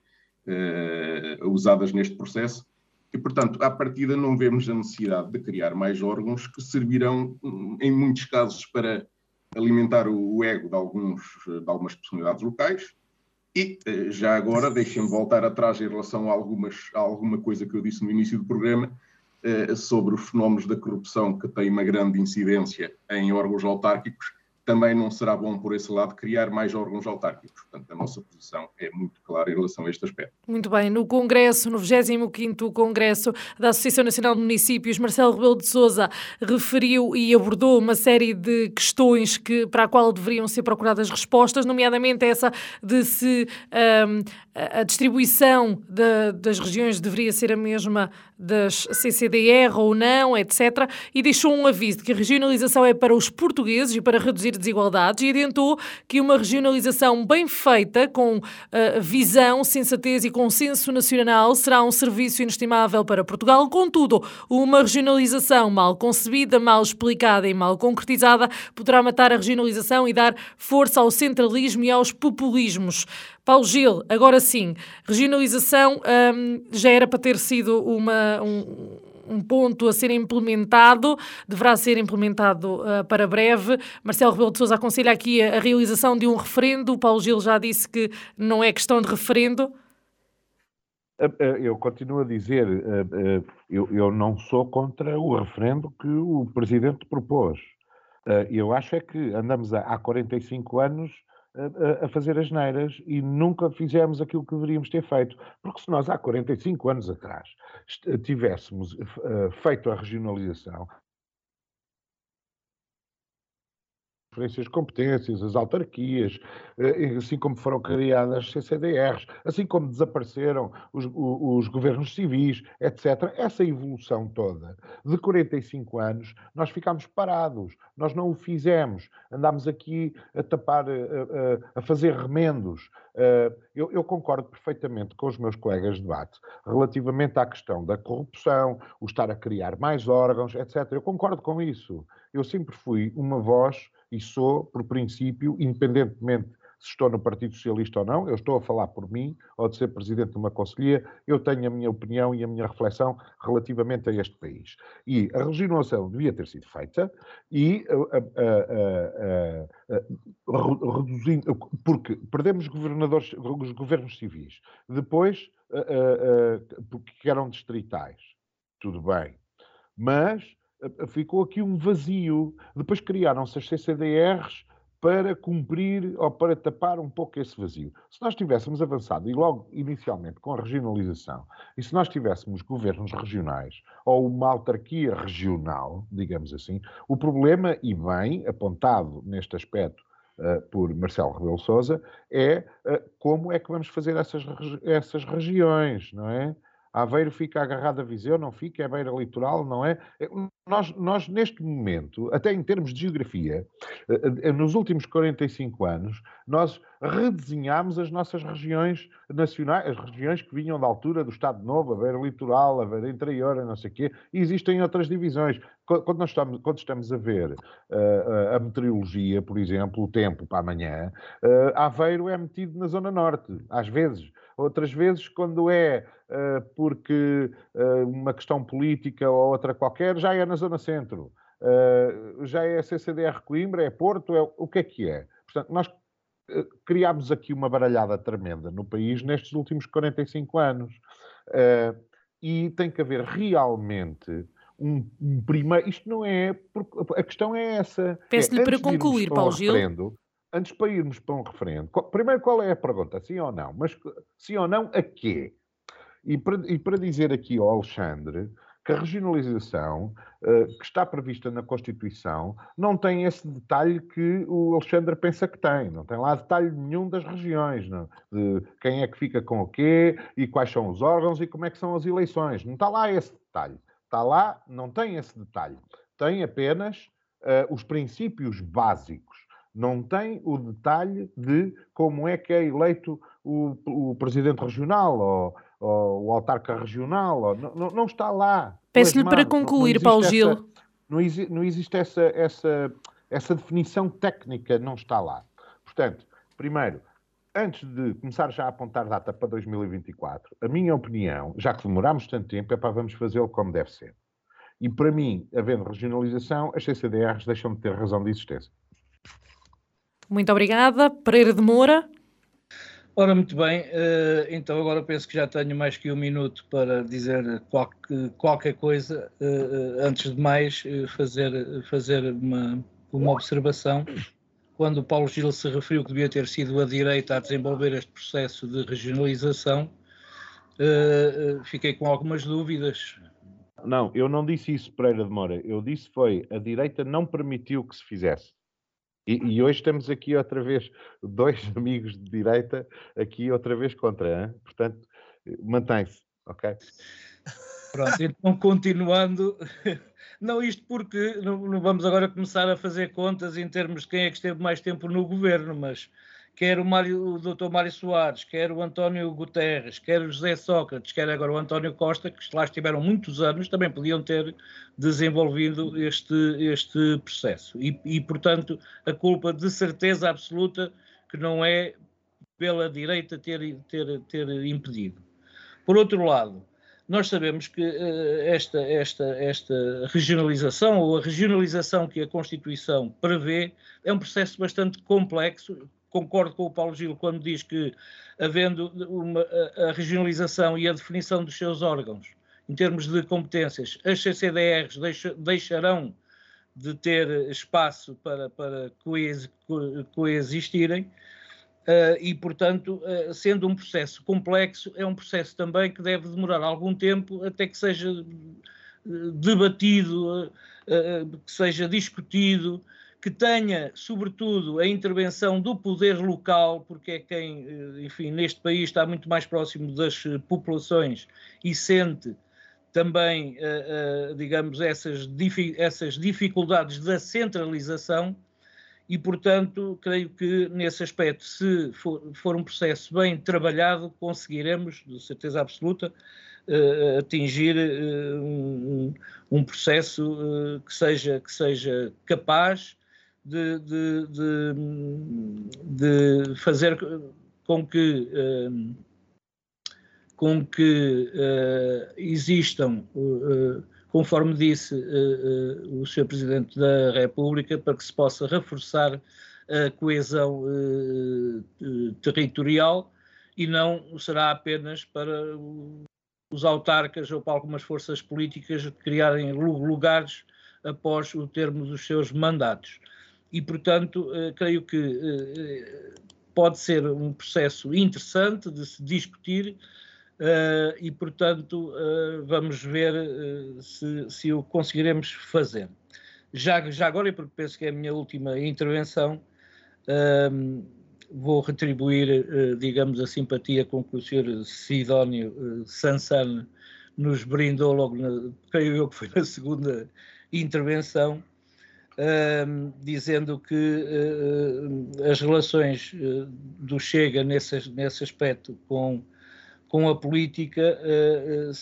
eh, usadas neste processo e, portanto, à partida não vemos a necessidade de criar mais órgãos que servirão, em muitos casos, para alimentar o ego de, alguns, de algumas personalidades locais. E, já agora, deixem-me voltar atrás em relação a, algumas, a alguma coisa que eu disse no início do programa, eh, sobre os fenómenos da corrupção que têm uma grande incidência em órgãos autárquicos. Também não será bom, por esse lado, criar mais órgãos autárquicos. Portanto, a nossa posição é muito clara em relação a este aspecto. Muito bem. No Congresso, no vigésimo quinto Congresso da Associação Nacional de Municípios, Marcelo Rebelo de Sousa referiu e abordou uma série de questões que, para a qual deveriam ser procuradas respostas, nomeadamente essa de se um, a distribuição de, das regiões deveria ser a mesma das C C D R ou não, etcétera. E deixou um aviso de que a regionalização é para os portugueses e para reduzir desigualdades, e adiantou que uma regionalização bem feita, com uh, visão, sensatez e consenso nacional, será um serviço inestimável para Portugal. Contudo, uma regionalização mal concebida, mal explicada e mal concretizada poderá matar a regionalização e dar força ao centralismo e aos populismos. Paulo Gil, agora sim, regionalização um, já era para ter sido uma... Um, um ponto a ser implementado, deverá ser implementado uh, para breve. Marcelo Rebelo de Sousa aconselha aqui a, a realização de um referendo. O Paulo Gil já disse que não é questão de referendo. Eu continuo a dizer, eu, eu não sou contra o referendo que o Presidente propôs. Eu acho é que andamos há quarenta e cinco anos a fazer as neiras e nunca fizemos aquilo que deveríamos ter feito. Porque se nós há quarenta e cinco anos atrás tivéssemos feito a regionalização, transferências de competências, as autarquias, assim como foram criadas as C C D Rs, assim como desapareceram os, os governos civis, etcétera. Essa evolução toda de quarenta e cinco anos, nós ficámos parados, nós não o fizemos, andámos aqui a tapar, a, a fazer remendos. Eu, eu concordo perfeitamente com os meus colegas de debate relativamente à questão da corrupção, o estar a criar mais órgãos, etcétera. Eu concordo com isso. Eu sempre fui uma voz e sou, por princípio, independentemente se estou no Partido Socialista ou não, eu estou a falar por mim, ou de ser presidente de uma conselhia, eu tenho a minha opinião e a minha reflexão relativamente a este país. E a regionalização devia ter sido feita e reduzindo, porque perdemos governadores, os governos civis, depois a, a, a, porque eram distritais, tudo bem, mas ficou aqui um vazio. Depois criaram-se as C C D Rs para cumprir ou para tapar um pouco esse vazio. Se nós tivéssemos avançado, e logo inicialmente com a regionalização, e se nós tivéssemos governos regionais ou uma autarquia regional, digamos assim, o problema, e bem apontado neste aspecto uh, por Marcelo Rebelo de Sousa, é uh, como é que vamos fazer essas, essas regiões, não é? Aveiro fica agarrado a Viseu, não fica, é beira litoral, não é? Nós, nós, neste momento, até em termos de geografia, nos últimos quarenta e cinco anos, nós redesenhámos as nossas regiões nacionais, as regiões que vinham da altura do Estado Novo, a beira litoral, a beira interior, não sei o quê, e existem outras divisões. Quando, nós estamos, quando estamos a ver uh, a meteorologia, por exemplo, o tempo para amanhã, uh, Aveiro é metido na Zona Norte, às vezes. Outras vezes, quando é uh, porque uh, uma questão política ou outra qualquer, já é na Zona Centro. Uh, já é C C D R Coimbra, é Porto, é o que é que é. Portanto, nós uh, criámos aqui uma baralhada tremenda no país nestes últimos quarenta e cinco anos. Uh, e tem que haver realmente um, um primeiro... Isto não é... A questão é essa. Peço-lhe é, para concluir, Paulo Gil. Antes para irmos para um referendo, primeiro qual é a pergunta? Sim ou não? Mas sim ou não a quê? E para, e para dizer aqui ao Alexandre que a regionalização uh, que está prevista na Constituição não tem esse detalhe que o Alexandre pensa que tem. Não tem lá detalhe nenhum das regiões, não? De quem é que fica com o quê e quais são os órgãos e como é que são as eleições. Não está lá esse detalhe. Está lá, não tem esse detalhe. Tem apenas uh, os princípios básicos. Não tem o detalhe de como é que é eleito o, o presidente regional ou, ou o autarca regional. Ou, não, não está lá. Peço-lhe para concluir, não, não Paulo Gil. Essa, não, exi, não existe essa, essa, essa definição técnica, não está lá. Portanto, primeiro, antes de começar já a apontar data para dois mil e vinte e quatro, a minha opinião, já que demorámos tanto tempo, é para vamos fazê-lo como deve ser. E para mim, havendo regionalização, as C C D Rs deixam de ter razão de existência. Muito obrigada. Pereira de Moura. Ora, muito bem. Então agora penso que já tenho mais que um minuto para dizer qualquer coisa. Antes de mais, fazer, fazer uma, uma observação. Quando o Paulo Gil se referiu que devia ter sido a direita a desenvolver este processo de regionalização, fiquei com algumas dúvidas. Não, eu não disse isso, Pereira de Moura. Eu disse foi, a direita não permitiu que se fizesse. E, e hoje temos aqui outra vez dois amigos de direita aqui outra vez contra, hein? Portanto, mantém-se, ok? Pronto, então continuando, não isto porque não, não vamos agora começar a fazer contas em termos de quem é que esteve mais tempo no governo, mas quer o, Mário, o doutor Mário Soares, quer o António Guterres, quer o José Sócrates, quer agora o António Costa, que lá estiveram muitos anos, também podiam ter desenvolvido este, este processo. E, e, portanto, a culpa de certeza absoluta que não é pela direita ter, ter, ter impedido. Por outro lado, nós sabemos que uh, esta, esta, esta regionalização, ou a regionalização que a Constituição prevê, é um processo bastante complexo. Concordo com o Paulo Gil quando diz que, havendo uma, a, a regionalização e a definição dos seus órgãos, em termos de competências, as C C D Rs deixa, deixarão de ter espaço para, para coex, co, coexistirem uh, e, portanto, uh, sendo um processo complexo, é um processo também que deve demorar algum tempo até que seja debatido, uh, uh, que seja discutido, que tenha, sobretudo, a intervenção do poder local, porque é quem, enfim, neste país está muito mais próximo das populações e sente também, uh, uh, digamos, essas, difi- essas dificuldades da centralização e, portanto, creio que nesse aspecto, se for, for um processo bem trabalhado, conseguiremos, de certeza absoluta, uh, atingir uh, um, um processo uh, que, seja, que seja capaz de, de, de, de fazer com que... Uh, com que uh, existam, uh, conforme disse uh, uh, o senhor Presidente da República, para que se possa reforçar a coesão uh, uh, territorial e não será apenas para os autarcas ou para algumas forças políticas criarem lugares após o termo dos seus mandatos. E, portanto, uh, creio que uh, pode ser um processo interessante de se discutir. Uh, e, portanto, uh, vamos ver uh, se, se o conseguiremos fazer. Já, já agora, porque penso que é a minha última intervenção, uh, vou retribuir, uh, digamos, a simpatia com que o senhor Sidónio uh, Sansana nos brindou logo, na, creio eu que foi na segunda intervenção, uh, dizendo que uh, as relações uh, do Chega nesse, nesse aspecto com com a política uh,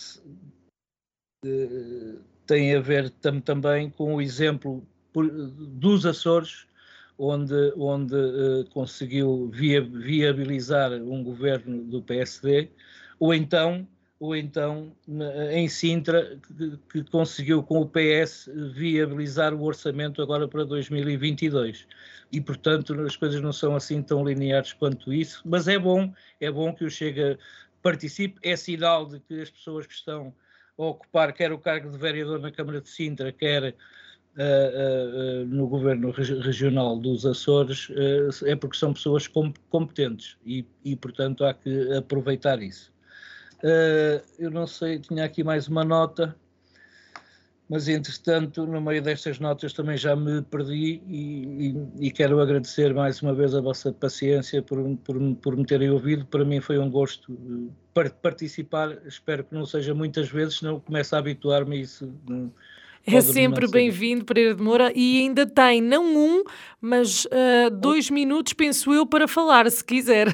uh, uh, tem a ver tam, também com o exemplo por, dos Açores, onde, onde uh, conseguiu via, viabilizar um governo do P S D, ou então, ou então em Sintra, que, que conseguiu com o P S viabilizar o orçamento agora para dois mil e vinte e dois. E, portanto, as coisas não são assim tão lineares quanto isso, mas é bom, é bom que o Chega participe, é sinal de que as pessoas que estão a ocupar quer o cargo de vereador na Câmara de Sintra, quer uh, uh, uh, no Governo Regional dos Açores, uh, é porque são pessoas com competentes e, e, portanto, há que aproveitar isso. Uh, eu não sei, tinha aqui mais uma nota, mas, entretanto, no meio destas notas também já me perdi e, e, e quero agradecer mais uma vez a vossa paciência por, por, por me terem ouvido. Para mim foi um gosto participar, espero que não seja muitas vezes, senão começo a habituar-me a isso. Não, é sempre bem-vindo, Pereira de Moura, e ainda tem, não um, mas uh, dois minutos, penso eu, para falar, se quiser.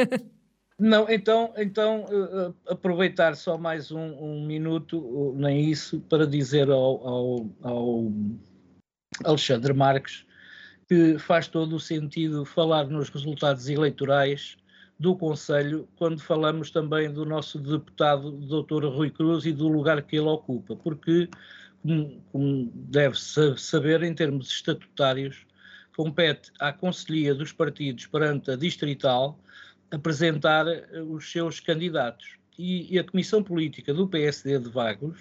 Não, então, então uh, aproveitar só mais um, um minuto, uh, nem isso, para dizer ao, ao, ao Alexandre Marques que faz todo o sentido falar nos resultados eleitorais do Conselho quando falamos também do nosso deputado doutor Rui Cruz e do lugar que ele ocupa, porque, como, como deve-se saber, em termos estatutários, compete à Conselhia dos Partidos perante a Distrital apresentar os seus candidatos. E, e a Comissão Política do P S D de Vagos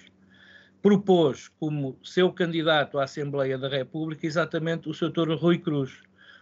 propôs como seu candidato à Assembleia da República exatamente o doutor Rui Cruz.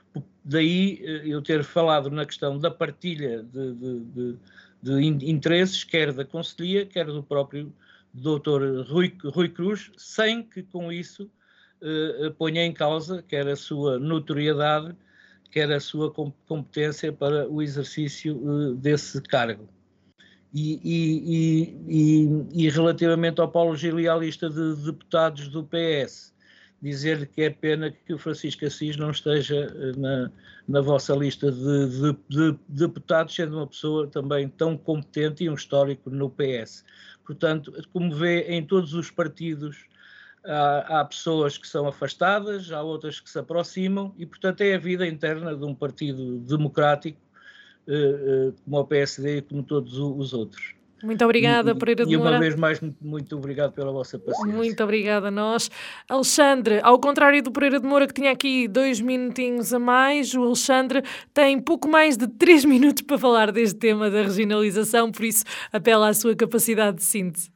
Daí eu ter falado na questão da partilha de, de, de, de interesses, quer da Conselhia, quer do próprio doutor Rui, Rui Cruz, sem que com isso eh, ponha em causa quer a sua notoriedade, quer a sua competência para o exercício uh, desse cargo. E, e, e, e relativamente ao Paulo Gil e à lista de deputados do P S, dizer que é pena que o Francisco Assis não esteja na, na vossa lista de, de, de deputados, sendo uma pessoa também tão competente e um histórico no P S. Portanto, como vê, em todos os partidos Há, há pessoas que são afastadas, há outras que se aproximam e, portanto, é a vida interna de um partido democrático eh, eh, como o P S D e como todos os outros. Muito obrigada, e, Pereira de E Moura. uma vez mais, muito, muito obrigado pela vossa paciência. Muito obrigada a nós. Alexandre, ao contrário do Pereira de Moura, que tinha aqui dois minutinhos a mais, o Alexandre tem pouco mais de três minutos para falar deste tema da regionalização, por isso apela à sua capacidade de síntese.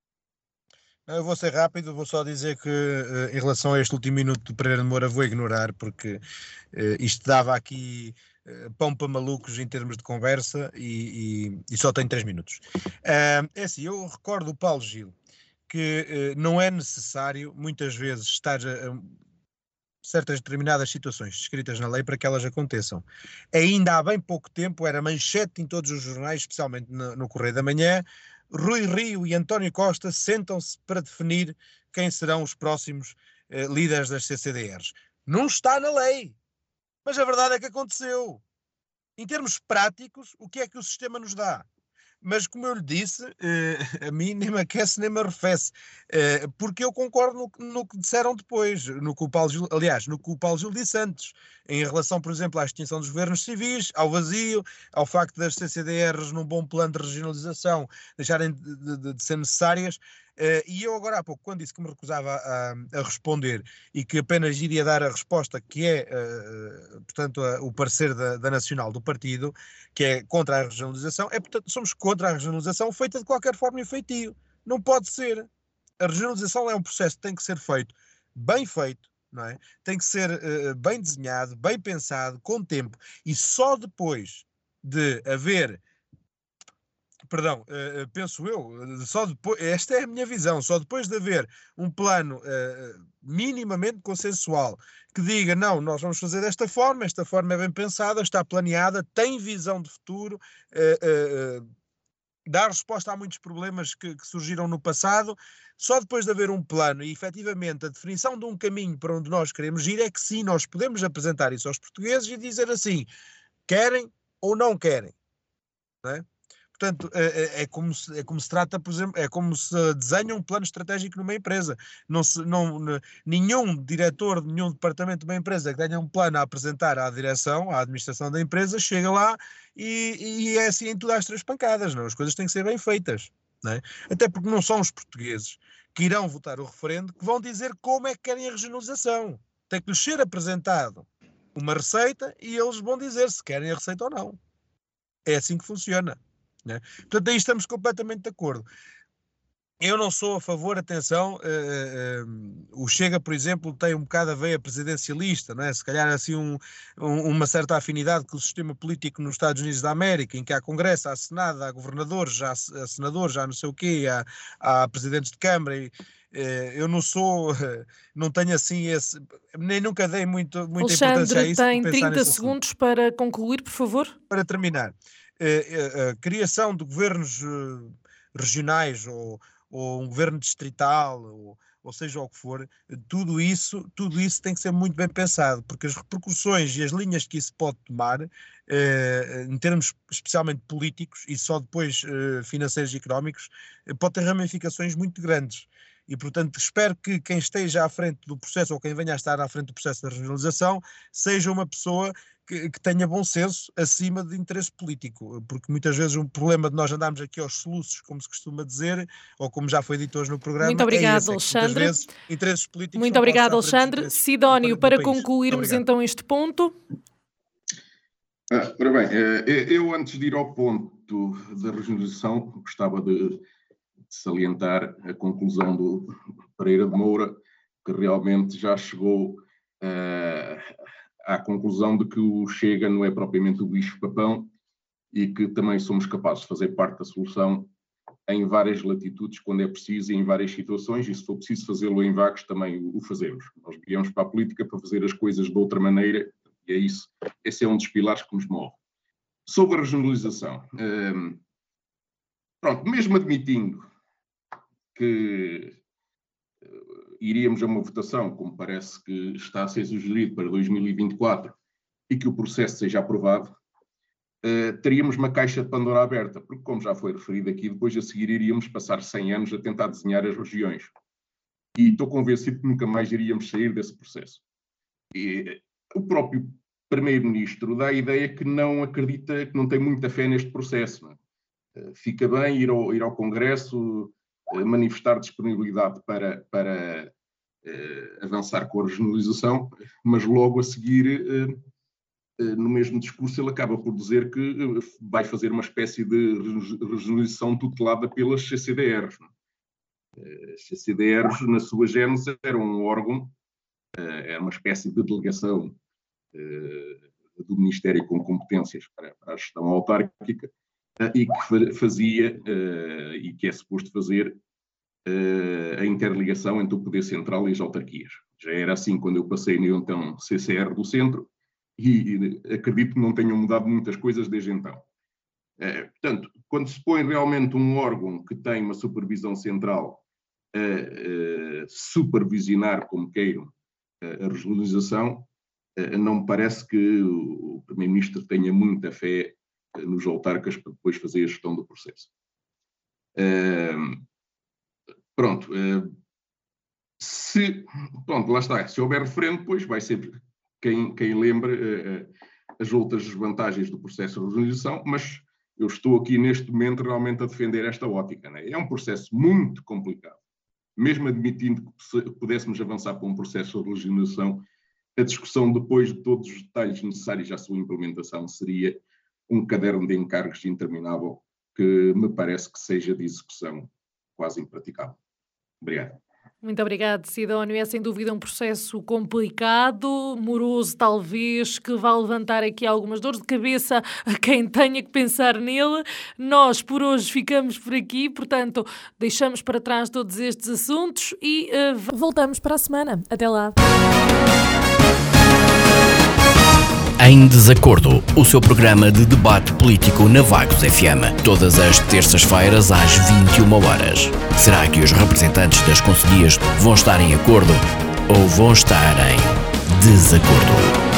Eu vou ser rápido, vou só dizer que uh, em relação a este último minuto do Pereira de Moura vou ignorar, porque uh, isto dava aqui uh, pão para malucos em termos de conversa e, e, e só tem três minutos. Uh, é assim, eu recordo o Paulo Gil, que uh, não é necessário muitas vezes estar a, certas determinadas situações descritas na lei para que elas aconteçam. Ainda há bem pouco tempo, era manchete em todos os jornais, especialmente no, no Correio da Manhã, Rui Rio e António Costa sentam-se para definir quem serão os próximos eh, líderes das C C D Rs. Não está na lei, mas a verdade é que aconteceu. Em termos práticos, o que é que o sistema nos dá? Mas, como eu lhe disse, eh, a mim nem me aquece nem me arrefece, eh, porque eu concordo no, no que disseram depois, no que o Paulo Gil, aliás, no que o Paulo Gil disse antes, em relação, por exemplo, à extinção dos governos civis, ao vazio, ao facto das C C D Rs num bom plano de regionalização deixarem de, de, de ser necessárias. Uh, e eu agora há pouco, quando disse que me recusava a, a responder e que apenas iria dar a resposta que é, uh, portanto, a, o parecer da, da Nacional do partido, que é contra a regionalização, é, portanto, somos contra a regionalização feita de qualquer forma e feitio. Não pode ser. A regionalização é um processo que tem que ser feito, bem feito, não é? Tem que ser uh, bem desenhado, bem pensado, com tempo, e só depois de haver... Perdão, uh, penso eu, só depois, esta é a minha visão, só depois de haver um plano uh, minimamente consensual que diga, não, nós vamos fazer desta forma, esta forma é bem pensada, está planeada, tem visão de futuro, uh, uh, uh, dá resposta a muitos problemas que, que surgiram no passado, só depois de haver um plano e efetivamente a definição de um caminho para onde nós queremos ir é que sim, nós podemos apresentar isso aos portugueses e dizer assim, querem ou não querem, não é? Portanto, é, é, como se, é como se trata, por exemplo, é como se desenha um plano estratégico numa empresa. Não se, não, nenhum diretor de nenhum departamento de uma empresa que tenha um plano a apresentar à direção, à administração da empresa, chega lá e, e é assim em tudo às três pancadas. Não? As coisas têm que ser bem feitas. Não é? Até porque não são os portugueses que irão votar o referendo que vão dizer como é que querem a regionalização. Tem que lhes ser apresentado uma receita e eles vão dizer se querem a receita ou não. É assim que funciona. Né? Portanto, aí estamos completamente de acordo. Eu não sou a favor, atenção, uh, uh, o Chega, por exemplo, tem um bocado a veia presidencialista, não é? Se calhar assim um, um, uma certa afinidade com o sistema político nos Estados Unidos da América, em que há Congresso, há Senado, há governadores, há, há senadores, há não sei o quê, há, há presidentes de Câmara. E, uh, eu não sou, uh, não tenho assim esse, nem nunca dei muito, muita Alexandre, importância a isso. Alexandre, tem trinta segundos assunto. Para concluir, por favor. Para terminar. A, a criação de governos uh, regionais ou, ou um governo distrital ou, ou seja o que for, tudo isso, tudo isso tem que ser muito bem pensado, porque as repercussões e as linhas que isso pode tomar, uh, em termos especialmente políticos e só depois uh, financeiros e económicos, uh, pode ter ramificações muito grandes. E, portanto, espero que quem esteja à frente do processo ou quem venha a estar à frente do processo da regionalização seja uma pessoa que, que tenha bom senso acima de interesse político, porque muitas vezes um problema de nós andarmos aqui aos soluços, como se costuma dizer, ou como já foi dito hoje no programa, muito obrigado, é esse, é Alexandre. Muitas vezes interesses políticos muito obrigado, Alexandre. Sidónio, para concluirmos então este ponto. Ah, ora bem, eu antes de ir ao ponto da regionalização, gostava de salientar a conclusão do Pereira de Moura, que realmente já chegou uh, à conclusão de que o Chega não é propriamente o bicho-papão e que também somos capazes de fazer parte da solução em várias latitudes, quando é preciso, e em várias situações, e se for preciso fazê-lo em vagos, também o, o fazemos. Nós viemos para a política para fazer as coisas de outra maneira, e é isso, esse é um dos pilares que nos move. Sobre a regionalização, um, pronto, mesmo admitindo que uh, iríamos a uma votação, como parece que está a ser sugerido para dois mil e vinte e quatro, e que o processo seja aprovado, uh, teríamos uma caixa de Pandora aberta, porque, como já foi referido aqui, depois a seguir iríamos passar cem anos a tentar desenhar as regiões. E estou convencido que nunca mais iríamos sair desse processo. E o próprio Primeiro-Ministro dá a ideia que não acredita, que não tem muita fé neste processo. Não é? Uh, fica bem ir ao, ir ao Congresso, manifestar disponibilidade para, para uh, avançar com a regionalização, mas logo a seguir, uh, uh, no mesmo discurso, ele acaba por dizer que uh, vai fazer uma espécie de regionalização tutelada pelas C C D Rs. Uh, as C C D Rs, na sua gênese, eram um órgão, uh, era uma espécie de delegação uh, do Ministério com competências para, para a gestão autárquica, e que fazia, uh, e que é suposto fazer, uh, a interligação entre o poder central e as autarquias. Já era assim quando eu passei no então C C R do Centro e, e acredito que não tenham mudado muitas coisas desde então. Uh, portanto, quando se põe realmente um órgão que tem uma supervisão central a uh, supervisionar, como queiram, uh, a regionalização, uh, não me parece que o Primeiro-Ministro tenha muita fé uh, nos autarcas para depois fazer a gestão do processo. Uh, pronto. Uh, se, pronto, lá está. Se houver referendo, depois vai ser quem, quem lembre uh, as outras desvantagens do processo de regionalização, mas eu estou aqui neste momento realmente a defender esta ótica, né? É um processo muito complicado. Mesmo admitindo que pudéssemos avançar para um processo de regionalização, a discussão depois de todos os detalhes necessários à sua implementação seria um caderno de encargos interminável que me parece que seja de execução quase impraticável. Obrigado. Muito obrigado, Sidónio. É sem dúvida um processo complicado, moroso talvez, que vai levantar aqui algumas dores de cabeça a quem tenha que pensar nele. Nós, por hoje, ficamos por aqui, portanto, deixamos para trás todos estes assuntos e uh, voltamos para a semana. Até lá. Em Desacordo, o seu programa de debate político na Vagos F M. Todas as terças-feiras às vinte e uma horas. Será que os representantes das concelhias vão estar em acordo ou vão estar em desacordo?